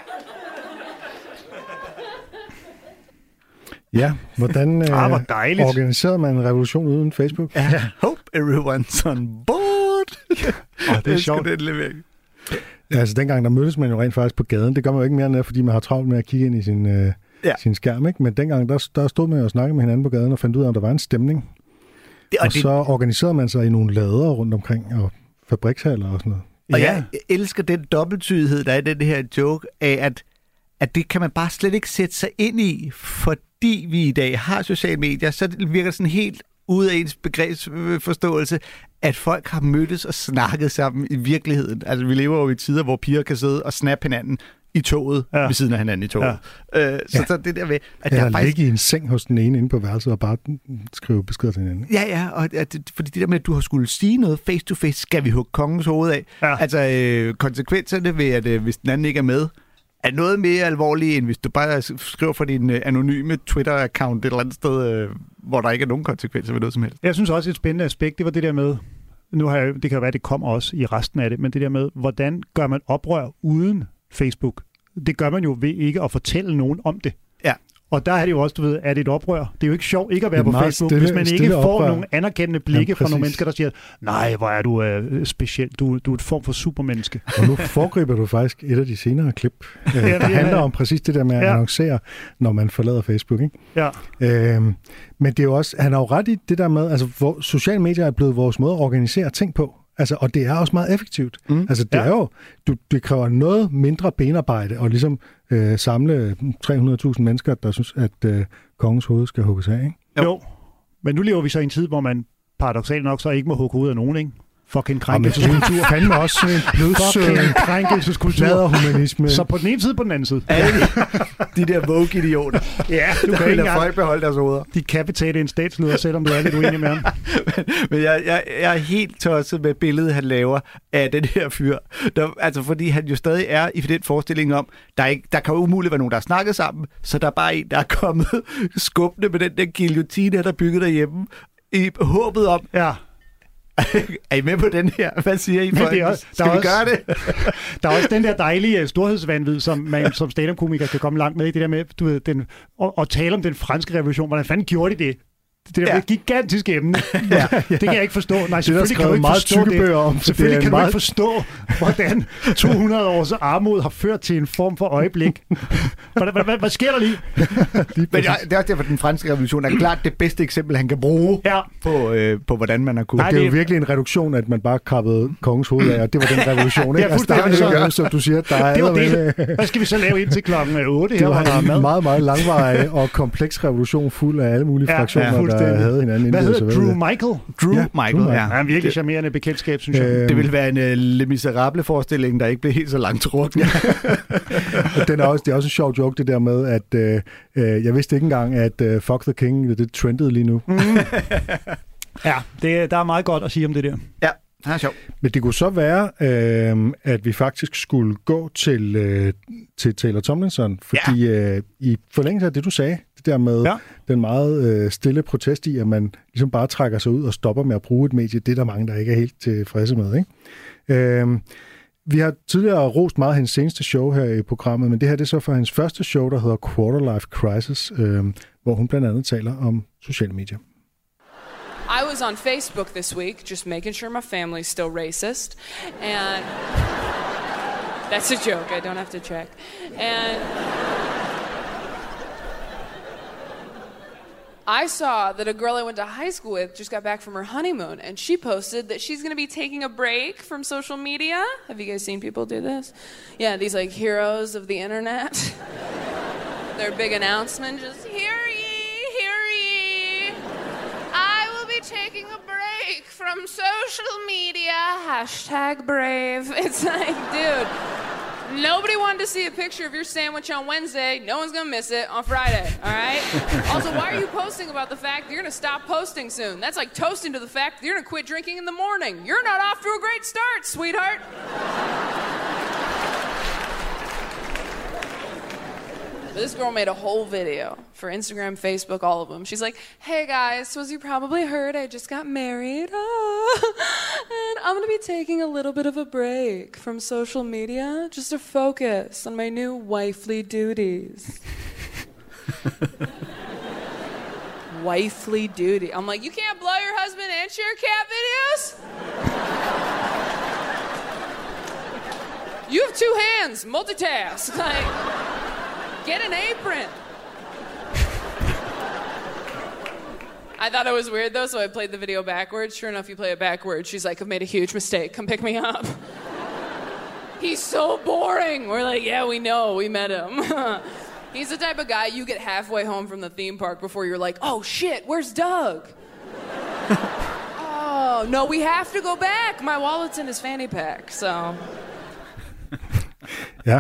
Ja, hvordan øh, ah, organiserede man en revolution uden Facebook? Ja, hope everyone's on board. Oh, det er sjovt. Det er ja, altså dengang, der mødtes man jo rent faktisk på gaden. Det gør man jo ikke mere end fordi man har travlt med at kigge ind i sin, øh, ja. sin skærm. Ikke? Men dengang, der, der stod man jo og snakkede med hinanden på gaden og fandt ud af, om der var en stemning. Det, og og det... så organiserede man sig i nogle lader rundt omkring, og fabrikshaller og sådan noget. Og ja. Jeg elsker den dobbelttydighed, der er i den her joke, af at, at det kan man bare slet ikke sætte sig ind i, fordi vi i dag har sociale medier, så det virker sådan helt ude af ens begrebsforståelse, at folk har mødtes og snakket sammen i virkeligheden. Altså, vi lever jo i tider, hvor piger kan sidde og snappe hinanden i toget, ja. ved siden af hinanden i toget. Ja. Øh, så, ja. så det der med... At Eller der faktisk... ligge i en seng hos den ene inde på værelset og bare skrive beskeder til hinanden. Ja, ja, og at, fordi det der med, at du har skulle sige noget face to face, skal vi hugge kongens hoved af. Ja. Altså, øh, konsekvenserne ved, at øh, hvis den anden ikke er med, er noget mere alvorligt, end hvis du bare skriver for din øh, anonyme Twitter-account et eller andet sted, øh, hvor der ikke er nogen konsekvenser ved noget som helst. Jeg synes også, et spændende aspekt, det var det der med, nu har jeg, det kan være, det kommer også i resten af det, men det der med, hvordan gør man oprør uden Facebook? Det gør man jo ved ikke at fortælle nogen om det. Ja. Og der er det jo også, du ved, er det et oprør? Det er jo ikke sjovt ikke at være på Facebook, stille, hvis man ikke får oprør. nogle anerkendende blikke ja, fra nogle mennesker, der siger, nej, hvor er du øh, speciel, du, du er et form for supermenneske. Og nu foregriber du faktisk et af de senere klip, øh, ja, der handler om præcis det der med at ja. annoncere, når man forlader Facebook. Ikke? Ja. Øhm, men det er jo også, han har jo ret i det der med, altså hvor sociale medier er blevet vores måde at organisere ting på. Altså, og det er også meget effektivt. Mm. Altså, det ja. er jo, du, det kræver noget mindre benarbejde og ligesom øh, samle tre hundrede tusind mennesker, der synes, at øh, kongens hoved skal hugges af, ikke? Jo. jo, men nu lever vi så i en tid, hvor man paradoksalt nok så ikke må hugge hovedet af nogen, ikke? Fucking krænkelseskultur. Det er fandme også en Fucking krænkelseskultur. Humanisme. Så på den ene side, på den anden side. Alle de, de der Vogue-idioter. Ja, du der kan vil ikke lade engang. folk beholde deres hoveder. De kan betale en statsleder, selvom du er lidt uenig med ham. men men jeg, jeg, jeg er helt tosset med billedet, han laver af den her fyr. Der, altså, fordi han jo stadig er i den forestilling om, der, er ikke, der kan jo umuligt være nogen, der har snakket sammen, så der er bare en, der er kommet skubbende med den der guillotine, der er bygget derhjemme, i håbet om, ja. Er I med på den her? Hvad siger I? For? Også, Skal vi også, gøre det? Der er også den der dejlige storhedsvanvid, som man som stand-up-komiker kan komme langt med i det der med, du ved, den, og, og tale om den franske revolution. Hvordan fanden gjorde de det? Det der ja. gigantiske emne. Ja, ja. Det kan jeg ikke forstå. Nej, selvfølgelig kan du ikke forstå det. Om, selvfølgelig kan du meget... ikke forstå, hvordan to hundrede års armod har ført til en form for øjeblik. Hvad, hvad, hvad, hvad sker der lige? lige Men jeg, det er også derfor, at den franske revolution er klart det bedste eksempel, han kan bruge ja. på, øh, på, hvordan man har kunnet. Nej, det er jo virkelig en reduktion, at man bare krabbede kongens hoved af, og det var den revolution. Ikke? Ja, fuldstændig. Altså, der er, som du siger, der er det var det. Hvad skal vi så lave indtil klokken otte? Det var en meget, meget langvarig og kompleks revolution, fuld af alle mulige ja, fraktioner, ja, der havde hinanden. Hvad hedder Drew Michael? Drew ja, Michael, ja. Han er en virkelig charmerende bekendtskab, synes jeg. Øh, det ville være en uh, Le Miserable forestilling, der ikke blev helt så langt trukken. Den er også, det er også en sjov joke, det der med, at øh, jeg vidste ikke engang, at uh, Fuck the King, det trendede lige nu. Mm. Ja, det, der er meget godt at sige om det der. Ja. Det er sjovt. Men det kunne så være, øh, at vi faktisk skulle gå til, øh, til Taylor Tomlinson, fordi ja. øh, i forlængelse af det, du sagde, det der med ja. den meget øh, stille protest i, at man ligesom bare trækker sig ud og stopper med at bruge et medie, det er der mange, der ikke er helt tilfredse med, ikke? Øh, vi har tidligere rost meget hendes seneste show her i programmet, men det her det er så for hendes første show, der hedder Quarter Life Crisis, øh, hvor hun blandt andet taler om sociale medier. I was on Facebook this week, just making sure my family's still racist. And that's a joke, I don't have to check. And I saw that a girl I went to high school with just got back from her honeymoon, and she posted that she's going to be taking a break from social media. Have you guys seen people do this? Yeah, these like heroes of the internet. Their big announcement, just hear ye, hear ye. I will be taking a break from social media. Hashtag brave. It's like, dude, nobody wanted to see a picture of your sandwich on Wednesday. No one's gonna miss it on Friday, all right? Also, why are you posting about the fact that you're gonna stop posting soon? That's like toasting to the fact that you're gonna quit drinking in the morning. You're not off to a great start, sweetheart. This girl made a whole video for Instagram, Facebook, all of them. She's like, hey guys, so as you probably heard, I just got married. Ah, and I'm going to be taking a little bit of a break from social media just to focus on my new wifely duties. Wifely duty. I'm like, you can't blow your husband and share cat videos? You have two hands, multitask. Like, get an apron. I thought it was weird though, so I played the video backwards. Sure enough, you play it backwards. She's like, I've made a huge mistake. Come pick me up. He's so boring. We're like, yeah, we know. We met him. He's the type of guy you get halfway home from the theme park before you're like, oh shit, where's Doug? Oh, no, we have to go back. My wallet's in his fanny pack, so... Ja.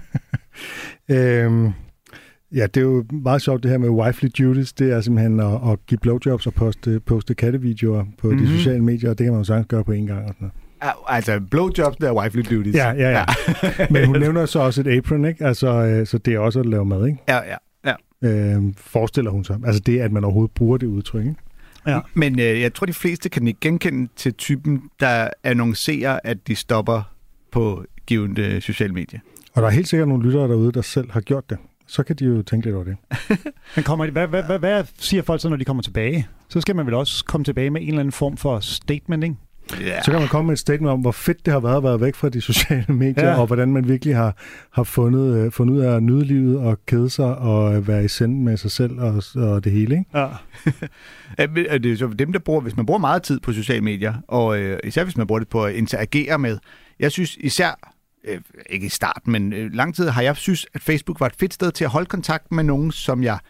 øhm, ja, det er jo meget sjovt det her med wifely duties. Det er simpelthen at, at give blowjobs og poste, poste kattevideoer på mm-hmm. de sociale medier, og det kan man jo sagtens gøre på en gang. Og sådan noget. Altså, blowjobs, der er wifely duties. Ja, ja, ja. Men hun nævner så også et apron, ikke? Altså, øh, så det er også at lave mad, ikke? Ja, ja, ja. Øhm, forestiller hun sig. Altså det, at man overhovedet bruger det udtryk, ikke? Ja. Men øh, jeg tror, de fleste kan ikke genkende til typen, der annoncerer, at de stopper på givende sociale medier. Og der er helt sikkert nogle lyttere derude, der selv har gjort det. Så kan de jo tænke lidt over det. Men kommer de, hvad, hvad, hvad, hvad siger folk så, når de kommer tilbage? Så skal man vel også komme tilbage med en eller anden form for statement, ikke? Yeah. Så kan man komme med et statement om, hvor fedt det har været at være væk fra de sociale medier, ja. Og hvordan man virkelig har, har fundet, fundet ud af at nyde livet og kede sig og være i senden med sig selv og, og det hele, ikke? Ja. Det er så dem, der bruger, hvis man bruger meget tid på sociale medier, og øh, især hvis man bruger det på at interagere med. Jeg synes især, øh, ikke i starten, men øh, lang tid har jeg synes, at Facebook var et fedt sted til at holde kontakt med nogen, som jeg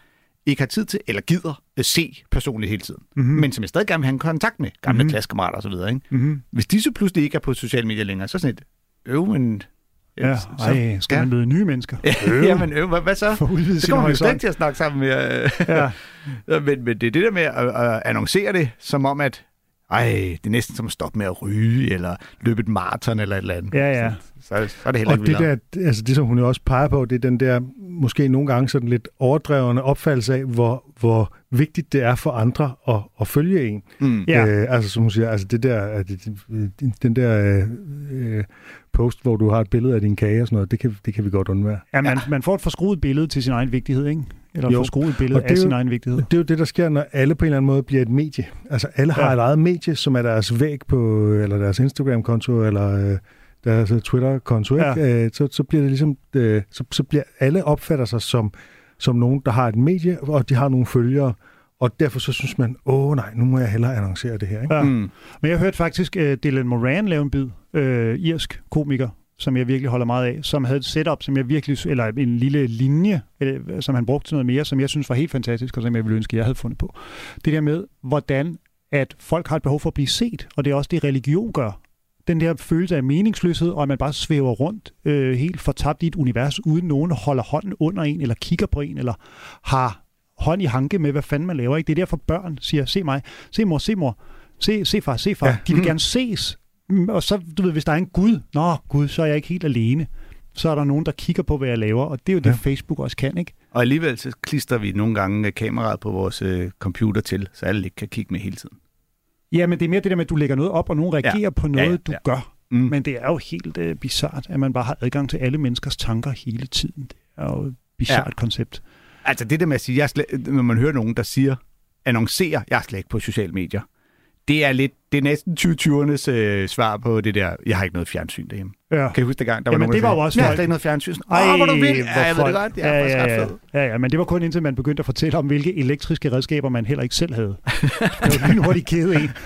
ikke har tid til, eller gider at se personligt hele tiden, Mhm. men som jeg stadig gerne vil have en kontakt med, gamle Mhm. klassekammerater og så videre, ikke? Mhm. Hvis de så pludselig ikke er på sociale medier længere, så er sådan et, øv, men... Ja, så, ej, skal man møde nye mennesker? Jamen, øv, hvad, hvad så? For at udvide Så sin kommer vi jo slet horisont. ikke til at snakke sammen med... Ja. men, men det er det der med at, at annoncere det, som om, at ej, det er næsten som at stoppe med at ryge, eller løbe et maraton, eller et eller andet. Ja, ja. Så, så, så er det heller Og ikke det vildere. der, altså det som hun jo også peger på, det er den der måske nogle gange sådan lidt overdrevne opfattelse af, hvor, hvor vigtigt det er for andre at, at følge en. Mm. Ja. Øh, altså som hun siger, altså det der, at det- det- den der øh, post, hvor du har et billede af din kage og sådan noget, det kan, det kan vi godt undvære. Ja, man, man får et forskruet billede til sin egen vigtighed, ikke? Eller Jo. et forskruet billede Og det er af sin jo- egen vigtighed. Det er jo det, der sker, når alle på en eller anden måde bliver et medie. Altså alle har Ja. et eget medie, som er deres væg på, eller deres Instagram-konto, eller øh, deres øh, Twitter-konto. Ikke? Øh, så, så bliver det ligesom, øh, så, så bliver alle opfatter sig som, som nogen, der har et medie, og de har nogle følgere. Og derfor så synes man, åh nej, nu må jeg hellere annoncere det her. Ikke? Ja. Mm. Men jeg hørte faktisk uh, Dylan Moran lave en bid, uh, irsk komiker, som jeg virkelig holder meget af, som havde et setup, som jeg virkelig, eller en lille linje, øh, som han brugte til noget mere, som jeg synes var helt fantastisk, og som jeg ville ønske, jeg havde fundet på. Det der med, hvordan at folk har et behov for at blive set, og det er også det, religion gør. Den der følelse af meningsløshed, og at man bare svæver rundt øh, helt fortabt i et univers, uden nogen holder hånden under en, eller kigger på en, eller har hånd i hanke med, hvad fanden man laver. Ikke? Det er derfor børn siger, se mig, se mor, se mor, se, se far, se far. Ja. De vil Mhm. gerne ses. Mm, Og så, du ved, hvis der er en Gud, nå Gud, så er jeg ikke helt alene. Så er der nogen, der kigger på, hvad jeg laver, og det er jo det, Ja. Facebook også kan, ikke? Og alligevel så klister vi nogle gange kameraet på vores øh, computer til, så alle ikke kan kigge med hele tiden. Ja, men det er mere det der med, at du lægger noget op, og nogen reagerer Ja. på noget, Ja, ja, du ja. gør. Mm. Men det er jo helt øh, bizart, at man bare har adgang til alle menneskers tanker hele tiden. Det er jo et bizart Ja. koncept. Altså det der med at sige, jeg er slet, når man hører nogen, der siger, annoncerer, jeg er slet ikke på sociale medier. Det er lidt, det er næsten tyve tyvernes øh, svar på det der, jeg har ikke noget fjernsyn derhjemme. Ja. Kan I huske det gang, der Jamen, var nogen, det der var sagde, jo også jeg har folk- slet ikke noget fjernsyn. Ej, Åh, hvor du vil. hvor Ja, jeg ved det folk- godt. Jeg er ja, faktisk ja, ret ja. fed. Ja, ja, men det var kun indtil man begyndte at fortælle om, hvilke elektriske redskaber man heller ikke selv havde. Det var lynhurtigt kede en.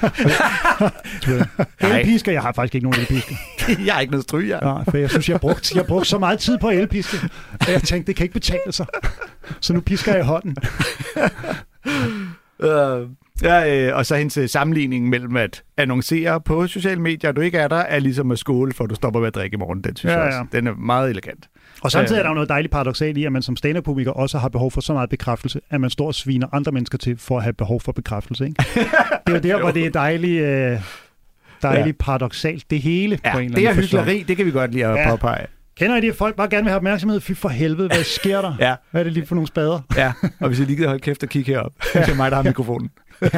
Elpisker, jeg har faktisk ikke nogen elpisker. Jeg har ikke noget strygjern. Nej, for jeg synes, jeg har brugt, jeg har brugt så meget tid på elpiske, at jeg tænkte, det kan ikke betale sig. Så nu pisker jeg i hånden. Øh, ja, øh, og så hendes øh, sammenligning mellem at annoncere på sociale medier, at du ikke er der, er ligesom at skåle, for at du stopper med at drikke i morgen. Den synes Ja, jeg ja. også. Den er meget elegant. Og samtidig Øh. er der jo noget dejligt paradoksalt i, at man som stand-up-komiker også har behov for så meget bekræftelse, at man står og sviner andre mennesker til for at have behov for bekræftelse. Ikke? Det er jo der, hvor det er dejligt, øh, dejligt ja. paradoksalt, det hele Ja, på en eller det er anden facon. hykleri, det kan vi godt lide at Ja. påpege. Kender I det, at folk bare gerne vil have opmærksomhed? Fy for helvede, hvad sker der? Ja. Hvad er det lige for nogle spader? Ja, og hvis jeg lige gider holde kæft og kigge herop, så er det mig, der har mikrofonen.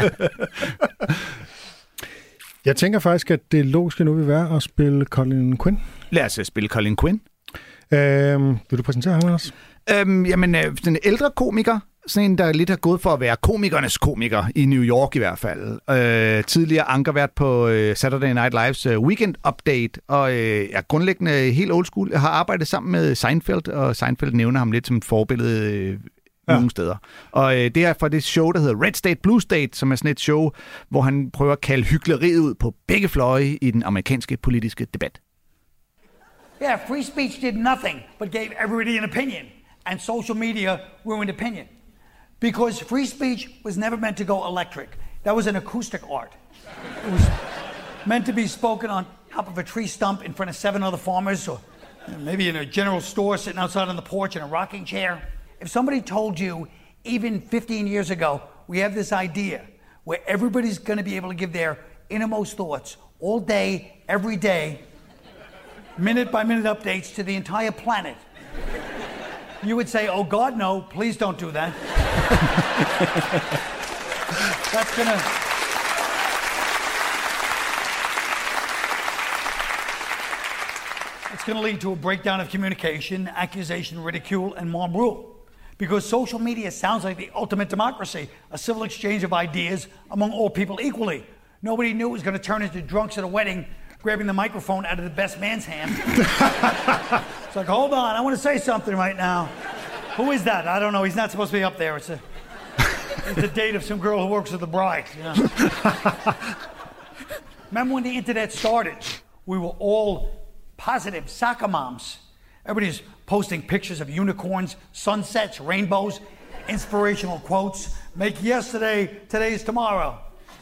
Jeg tænker faktisk, at det logiske nu vil være at spille Colin Quinn. Lad os øh, spille Colin Quinn. Øhm, vil du præsentere ham også? Øhm, jamen, øh, den ældre komiker, sådan en, der lidt har gået for at være komikernes komiker, i New York i hvert fald. Øh, tidligere ankervært på øh, Saturday Night Lives øh, Weekend Update, og øh, er grundlæggende helt old school. Jeg har arbejdet sammen med Seinfeld, og Seinfeld nævner ham lidt som et forbillede øh, ja. nogle steder. Og øh, det er fra det show, der hedder Red State, Blue State, som er sådan et show, hvor han prøver at kalde hykleriet ud på begge fløje i den amerikanske politiske debat. Yeah, free speech did nothing but gave everybody an opinion, and social media ruined opinion. Because free speech was never meant to go electric. That was an acoustic art. It was meant to be spoken on top of a tree stump in front of seven other farmers, or maybe in a general store sitting outside on the porch in a rocking chair. If somebody told you, even fifteen years ago, we have this idea where everybody's going to be able to give their innermost thoughts all day, every day, minute by minute updates to the entire planet, you would say, oh God, no, please don't do that. That's gonna... It's gonna lead to a breakdown of communication, accusation, ridicule, and mob rule. Because social media sounds like the ultimate democracy, a civil exchange of ideas among all people equally. Nobody knew it was gonna turn into drunks at a wedding grabbing the microphone out of the best man's hand. It's like, hold on, I want to say something right now. Who is that? I don't know. He's not supposed to be up there. It's a, it's the date of some girl who works with the bride. You know? Remember when the internet started? We were all positive soccer moms. Everybody's posting pictures of unicorns, sunsets, rainbows. inspirational quotes. Make yesterday today's tomorrow.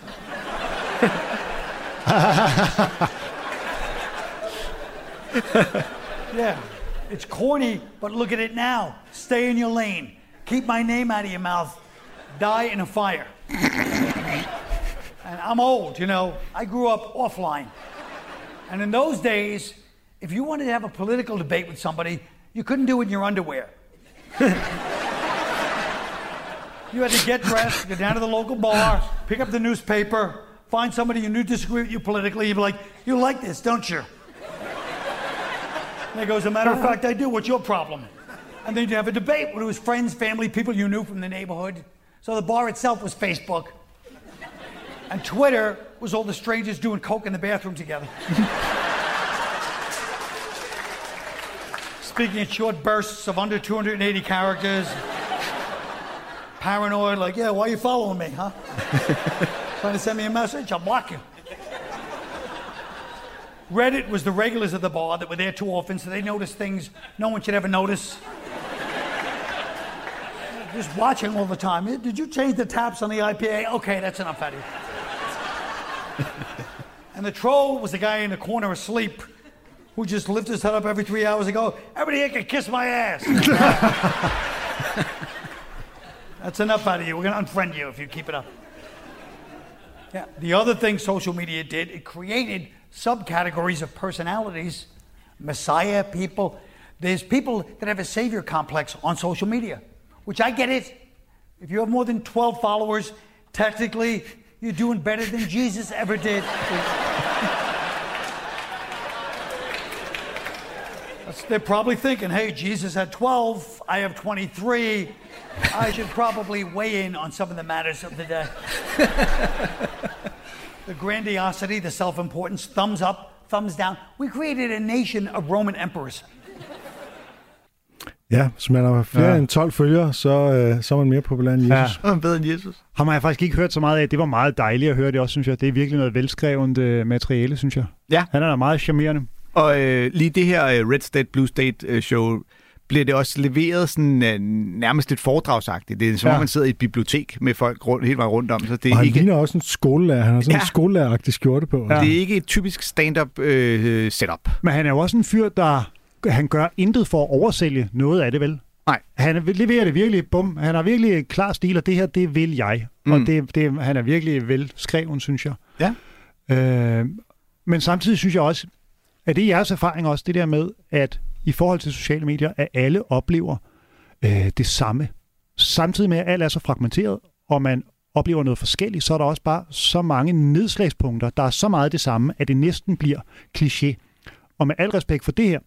Yeah, it's corny, but look at it now. Stay in your lane. Keep my name out of your mouth. Die in a fire. And I'm old, you know. I grew up offline. And in those days, if you wanted to have a political debate with somebody, you couldn't do it in your underwear. You had to get dressed, go down to the local bar, pick up the newspaper, find somebody you knew disagree with you politically. You'd be like, you like this, don't you? And he goes, as a matter of fact, I do. What's your problem? And then you'd have a debate with his friends, family, people you knew from the neighborhood. So the bar itself was Facebook. And Twitter was all the strangers doing coke in the bathroom together. Speaking in short bursts of under two hundred eighty characters. Paranoid, like, yeah, why are you following me, huh? Trying to send me a message? I'll block you. Reddit was the regulars of the bar that were there too often, so they noticed things no one should ever notice. Just watching all the time. Did you change the taps on the I P A? Okay, that's enough out of you. And the troll was the guy in the corner asleep who just lifted his head up every three hours and go, everybody here can kiss my ass. That's enough out of you. We're going to unfriend you if you keep it up. Yeah. The other thing social media did, it created subcategories of personalities. Messiah people. There's people that have a savior complex on social media, which I get it. If you have more than twelve followers, technically, you're doing better than Jesus ever did. They're probably thinking, hey, Jesus had twelve, I have twenty-three. I should probably weigh in on some of the matters of the day. The grandiosity, the self-importance, thumbs up, thumbs down. We created a nation of Roman emperors. Ja, hvis man har flere ja. end tolv følgere, så, øh, så er man mere populær end Jesus. Ja. Og man bedre end Jesus. Ham har jeg faktisk ikke hørt så meget af. Det var meget dejligt at høre det også, synes jeg. Det er virkelig noget velskrevet øh, materiale, synes jeg. Ja. Han er da meget charmerende. Og øh, lige det her øh, Red State, Blue State øh, show, bliver det også leveret sådan øh, nærmest et foredragsagtigt. Det er som om, ja. man sidder i et bibliotek med folk rundt, hele vejen rundt om. Så det er og han ikke... ligner også en skolelærer. Han har sådan ja. en skolelæreragtig skjorte på. Ja. Det er ikke et typisk stand-up øh, setup. Men han er jo også en fyr, der han gør intet for at oversælge noget af det, vel? Nej. Han leverer det virkelig, bum. Han har virkelig klar stil, og det her, det vil jeg. Mm. Og det, det, han er virkelig velskreven, synes jeg. Ja. Øh, men samtidig synes jeg også, at det er jeres erfaring også, det der med, at i forhold til sociale medier, at alle oplever øh, det samme. Samtidig med, at alt er så fragmenteret, og man oplever noget forskelligt, så er der også bare så mange nedslagspunkter, der er så meget det samme, at det næsten bliver kliché. Og med al respekt for det her,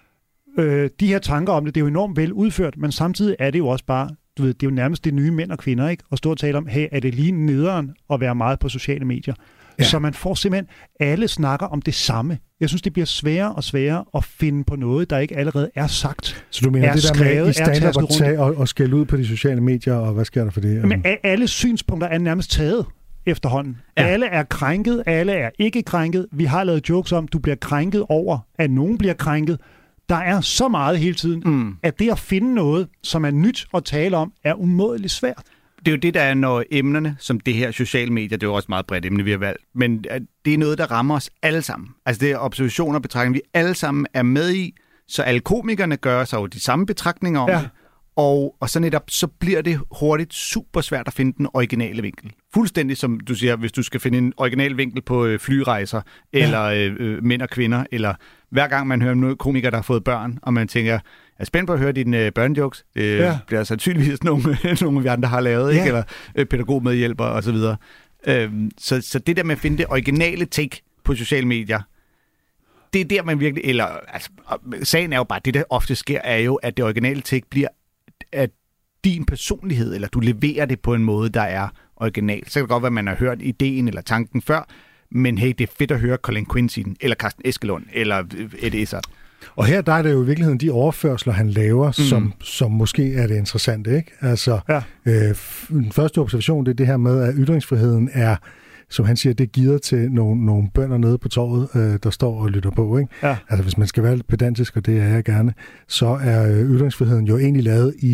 øh, de her tanker om det, det er jo enormt vel udført, men samtidig er det jo også bare, du ved, det er jo nærmest det nye mænd og kvinder, ikke? Og stå og tale om, hey, er det lige nederen at være meget på sociale medier? Ja. Så man får simpelthen, alle snakker om det samme. Jeg synes, det bliver sværere og sværere at finde på noget, der ikke allerede er sagt. Så du mener, det der skrevet, med i stand-up at tage og, og skælde ud på de sociale medier, og hvad sker der for det? Men alle synspunkter er nærmest taget efterhånden. Ja. Alle er krænket, alle er ikke krænket. Vi har lavet jokes om, du bliver krænket over, at nogen bliver krænket. Der er så meget hele tiden, mm. at det at finde noget, som er nyt at tale om, er umådeligt svært. Det er jo det, der er, når emnerne, som det her sociale medier, det er jo også meget bredt emne, vi har valgt, men det er noget, der rammer os alle sammen. Altså det er observationer og betragtninger, vi alle sammen er med i, så alle komikerne gør sig jo de samme betragtninger om ja. det, og, og så netop, så bliver det hurtigt super svært at finde den originale vinkel. Fuldstændig som du siger, hvis du skal finde en original vinkel på øh, flyrejser, ja. eller øh, mænd og kvinder, eller hver gang man hører om noget komiker, der har fået børn, og man tænker, jeg er spændt på at høre dine øh, børnejokes. Det ja. bliver sandsynligvis nogle, nogle vi andre har lavet, ja. ikke? Eller øh, pædagogmedhjælper og så videre. Øhm, så, så det der med at finde det originale take på sociale medier, det er der, man virkelig... Eller, altså, sagen er jo bare, det der ofte sker, er jo, at det originale take bliver, at din personlighed, eller du leverer det på en måde, der er original. Så kan det godt være, at man har hørt ideen eller tanken før, men hey, det er fedt at høre Colin Quincy, eller Carsten Eskelund, eller Eddie Izzard. Og her der er det jo i virkeligheden de overførsler, han laver, mm. som, som måske er det interessante, ikke? Altså, ja. øh, den første observation, det er det her med, at ytringsfriheden er, som han siger, det er givet til nogle, nogle bønder nede på torvet, øh, der står og lytter på, ikke? Ja. Altså, hvis man skal være lidt pedantisk, og det er jeg gerne, så er øh, ytringsfriheden jo egentlig lavet i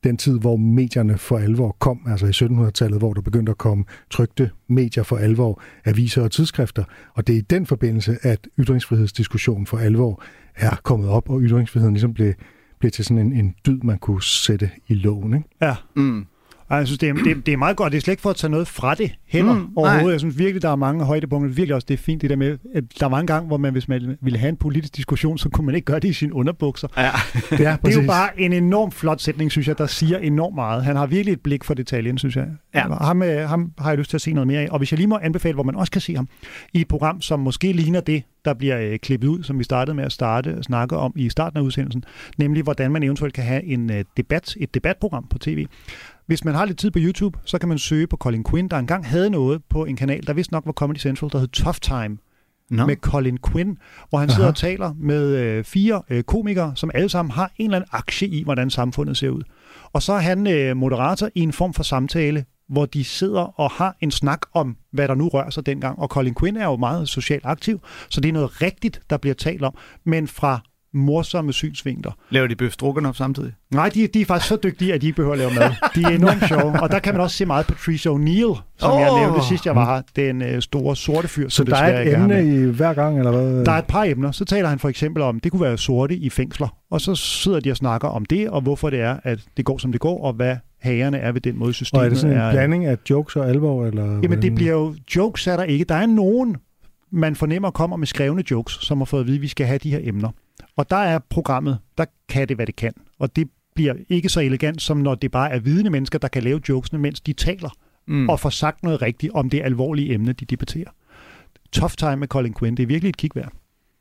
den tid, hvor medierne for alvor kom, altså i syttenhundredetallet, hvor der begyndte at komme trykte medier for alvor, aviser og tidsskrifter. Og det er i den forbindelse, at ytringsfrihedsdiskussionen for alvor er kommet op, og ytringsfriheden ligesom blev, blev til sådan en, en dyd, man kunne sætte i loven. Ikke? Ja. Mm. Jeg synes, det er, det, det er meget godt. Det er slet ikke for at tage noget fra det heller mm, overhovedet. Nej. Jeg synes virkelig, der er mange højdepunkter. Virkelig også, det er fint det der med, at der var en gang, hvor man, hvis man ville have en politisk diskussion, så kunne man ikke gøre det i sine underbukser. Ja. det, er, det er jo bare en enorm flot sætning, synes jeg, der siger enormt meget. Han har virkelig et blik for detaljen, synes jeg. Ja. Ham, ham har jeg lyst til at se noget mere af. Og hvis jeg lige må anbefale, hvor man også kan se ham, i et program, som måske ligner det, der bliver øh, klippet ud, som vi startede med at starte og snakke om i starten af udsendelsen, nemlig hvordan man eventuelt kan have en øh, debat, et debatprogram på tv. Hvis man har lidt tid på YouTube, så kan man søge på Colin Quinn, der engang havde noget på en kanal, der vist nok var Comedy Central, der hed Tough Time, no. med Colin Quinn, hvor han Aha. sidder og taler med øh, fire øh, komikere, som alle sammen har en eller anden aktie i, hvordan samfundet ser ud. Og så er han øh, moderator i en form for samtale, hvor de sidder og har en snak om, hvad der nu rører sig dengang. Og Colin Quinn er jo meget socialt aktiv, så det er noget rigtigt, der bliver talt om, men fra morsomme synsvinkler. Laver de bøf stroganoff samtidig? Nej, de, de er faktisk så dygtige, at de ikke behøver at lave mad. De er enormt sjove, og der kan man også se meget Patricia O'Neill, som oh. jeg nævnte sidst, jeg var her, den øh, store sorte fyr. Så der er et emne i hver gang, eller hvad? Der er et par emner. Så taler han for eksempel om, det kunne være sorte i fængsler, og så sidder de og snakker om det, og hvorfor det er, at det går, som det går, og hvad hagerne er ved den måde, systemet er. Og er det sådan en er, blanding af jokes og alvor? Eller jamen, hvordan? Det bliver jo, jokes er der ikke. Der er nogen, man fornemmer kommer med skrevne jokes, som har fået at vide, at vi skal have de her emner. Og der er programmet, der kan det, hvad det kan. Og det bliver ikke så elegant, som når det bare er vidende mennesker, der kan lave jokesene, mens de taler, mm. og får sagt noget rigtigt om det alvorlige emne, de debatterer. Tough Time med Colin Quinn, det er virkelig et kig værd.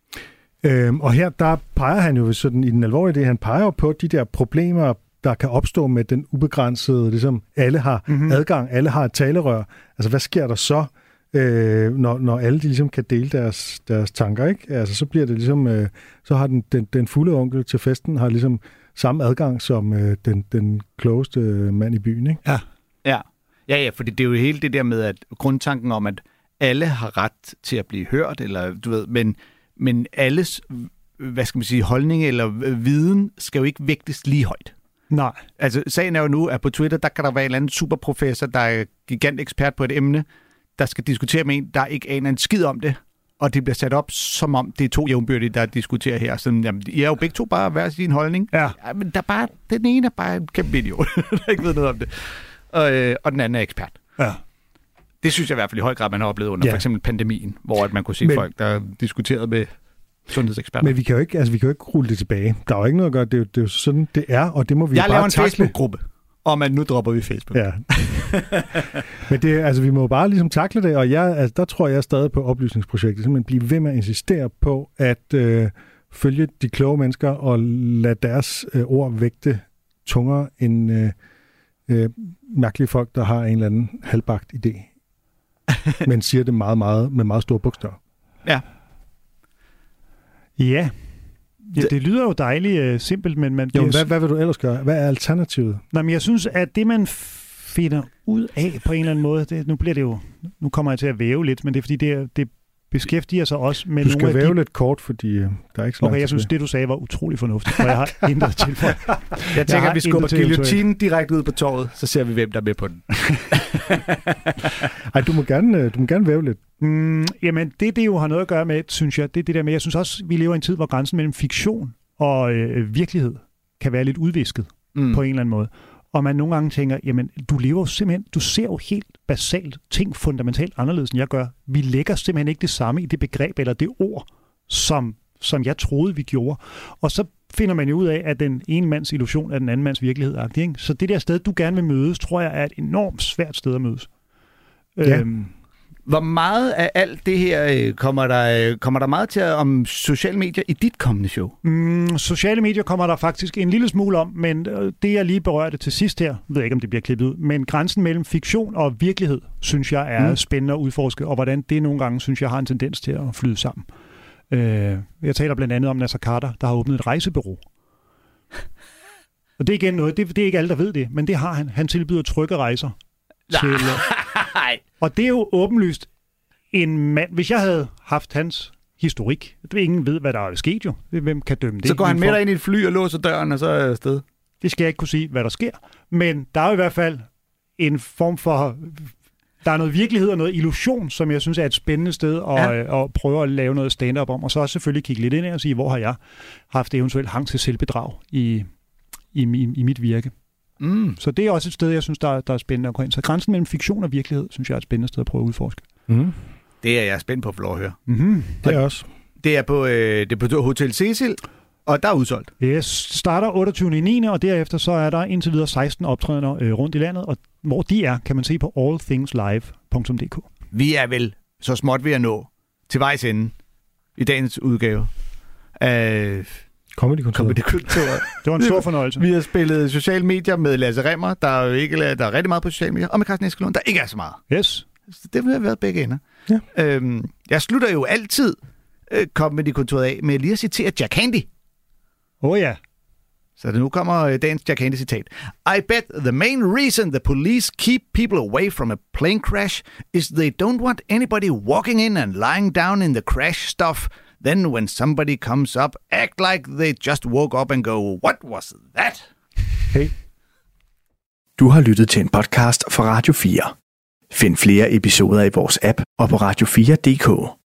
Øhm, og her, der peger han jo sådan i den alvorlige del, han peger jo på de der problemer, der kan opstå med den ubegrænsede, ligesom alle har mm-hmm. adgang, alle har et talerør. Altså, hvad sker der så? Øh, når, når alle de ligesom kan dele deres, deres tanker, ikke? Altså, så bliver det ligesom, øh, så har den, den, den fulde onkel til festen har ligesom samme adgang som øh, den, den klogeste mand i byen, ikke? Ja. Ja. Ja, ja, fordi det er jo hele det der med, at grundtanken om, at alle har ret til at blive hørt, eller du ved, men, men alles, hvad skal man sige, holdning eller viden skal jo ikke vægtes lige højt. Nej. Altså, sagen er jo nu, at på Twitter, der kan der være en eller anden superprofessor, der er gigant ekspert på et emne, der skal diskutere med en, der ikke aner en skid om det, og det bliver sat op, som om det er to jævnbyrdige, der diskuterer her. Så jamen, I er jo begge to bare hver sin holdning. Ja. Ja, men der er bare, den ene er bare en kæmpe idiot, der ikke ved noget om det. Og, øh, og den anden er ekspert. Ja. Det synes jeg i hvert fald i høj grad, man har oplevet under ja. for eksempel pandemien, hvor at man kunne se men, folk, der diskuterede med sundhedseksperter. Men vi kan jo ikke, altså, vi kan jo ikke rulle det tilbage. Der er jo ikke noget at gøre. Det er jo, det er jo sådan, det er, og det må vi jeg bare laver en takle. Facebook-gruppe om, at nu dropper vi Facebook. Ja. Men det, altså, vi må bare ligesom takle det, og jeg, altså, der tror jeg stadig på oplysningsprojektet, simpelthen blive ved med at insistere på at øh, følge de kloge mennesker og lade deres øh, ord vægte tungere end øh, øh, mærkelige folk, der har en eller anden halvbagt idé, men siger det meget, meget med meget store bogstaver. Ja. Ja. Ja, det lyder jo dejligt uh, simpelt, men man... Jo, hvad, hvad vil du ellers gøre? Hvad er alternativet? Nej, men jeg synes, at det, man finder ud af på en eller anden måde, det, nu bliver det jo... Nu kommer jeg til at væve lidt, men det er, fordi det, det beskæftiger sig også med du skal nogle af væve de... lidt kort, fordi uh, der er ikke så Okay, jeg synes, det, du sagde, var utrolig fornuftigt, for jeg har intet tilføjet. Jeg tænker, at vi skubber guillotinen direkte ud på torvet, så ser vi, hvem der er med på den. Ej, du må gerne, du må gerne væve lidt. Mm, jamen, det, det jo har noget at gøre med, synes jeg, det er det der med, jeg synes også, vi lever i en tid, hvor grænsen mellem fiktion og øh, virkelighed kan være lidt udvisket mm. på en eller anden måde. Og man nogle gange tænker, jamen, du lever jo simpelthen, du ser jo helt basalt ting fundamentalt anderledes, end jeg gør. Vi lægger simpelthen ikke det samme i det begreb eller det ord, som, som jeg troede, vi gjorde. Og så finder man jo ud af, at den ene mands illusion er den anden mands virkelighed. Ikke? Så det der sted, du gerne vil mødes, tror jeg er et enormt svært sted at mødes. Ja. Øhm, Hvor meget af alt det her kommer der, kommer der meget til om sociale medier i dit kommende show? Mm, sociale medier kommer der faktisk en lille smule om, men det jeg lige berørte til sidst her, jeg ved ikke om det bliver klippet ud, men grænsen mellem fiktion og virkelighed, synes jeg er mm. spændende at udforske, og hvordan det nogle gange, synes jeg, har en tendens til at flyde sammen. Øh, jeg taler blandt andet om Nasser Carter, der har åbnet et rejsebureau. Og det er igen noget, det, det er ikke alle, der ved det, men det har han. Han tilbyder trygge rejser. Til, og det er jo åbenlyst en mand. Hvis jeg havde haft hans historik, det ingen ved, hvad der er sket jo. Hvem kan dømme det? Så går han med dig ind i et fly og låser døren, og så er jeg afsted. Det skal jeg ikke kunne sige, hvad der sker. Men der er jo i hvert fald en form for... Der er noget virkelighed og noget illusion, som jeg synes er et spændende sted at, ja. at prøve at lave noget stand-up om. Og så også selvfølgelig kigge lidt ind og sige, hvor har jeg haft eventuelt hang til selvbedrag i, i, i, i mit virke. Mm. Så det er også et sted, jeg synes, der, der er spændende at gå ind. Så grænsen mellem fiktion og virkelighed, synes jeg er et spændende sted at prøve at udforske. Mm. Det er jeg spændt på at få lov at høre. Mm-hmm. Det er også. Det er på, øh, det er på Hotel Cecil, og der er udsolgt. Det starter otteogtyvende niende og derefter så er der indtil videre seksten optrædener øh, rundt i landet, og hvor de er, kan man se på all things live punktum d k. Vi er vel så småt ved at nå til vejs ende i dagens udgave af Comedy-kontoret. Comedy-kontoret. Det var en stor fornøjelse. Vi har spillet sociale medier med Lasse Remmer, der er jo ikke der er rigtig meget på sociale medier, og med Carsten Eskelund, der ikke er så meget. Yes. Så det har været begge ender. Ja. Øhm, jeg slutter jo altid øh, Comedy-kontoret af med lige at citere Jack Handy. Åh oh, ja. Så nu kommer øh, dagens Jack Handy citat. I bet the main reason the police keep people away from a plane crash is they don't want anybody walking in and lying down in the crash stuff. Then when somebody comes up, act like they just woke up and go, what was that? Hey. Du har lyttet til en podcast fra Radio fire. Find flere episoder i vores app og på radio fire punktum d k.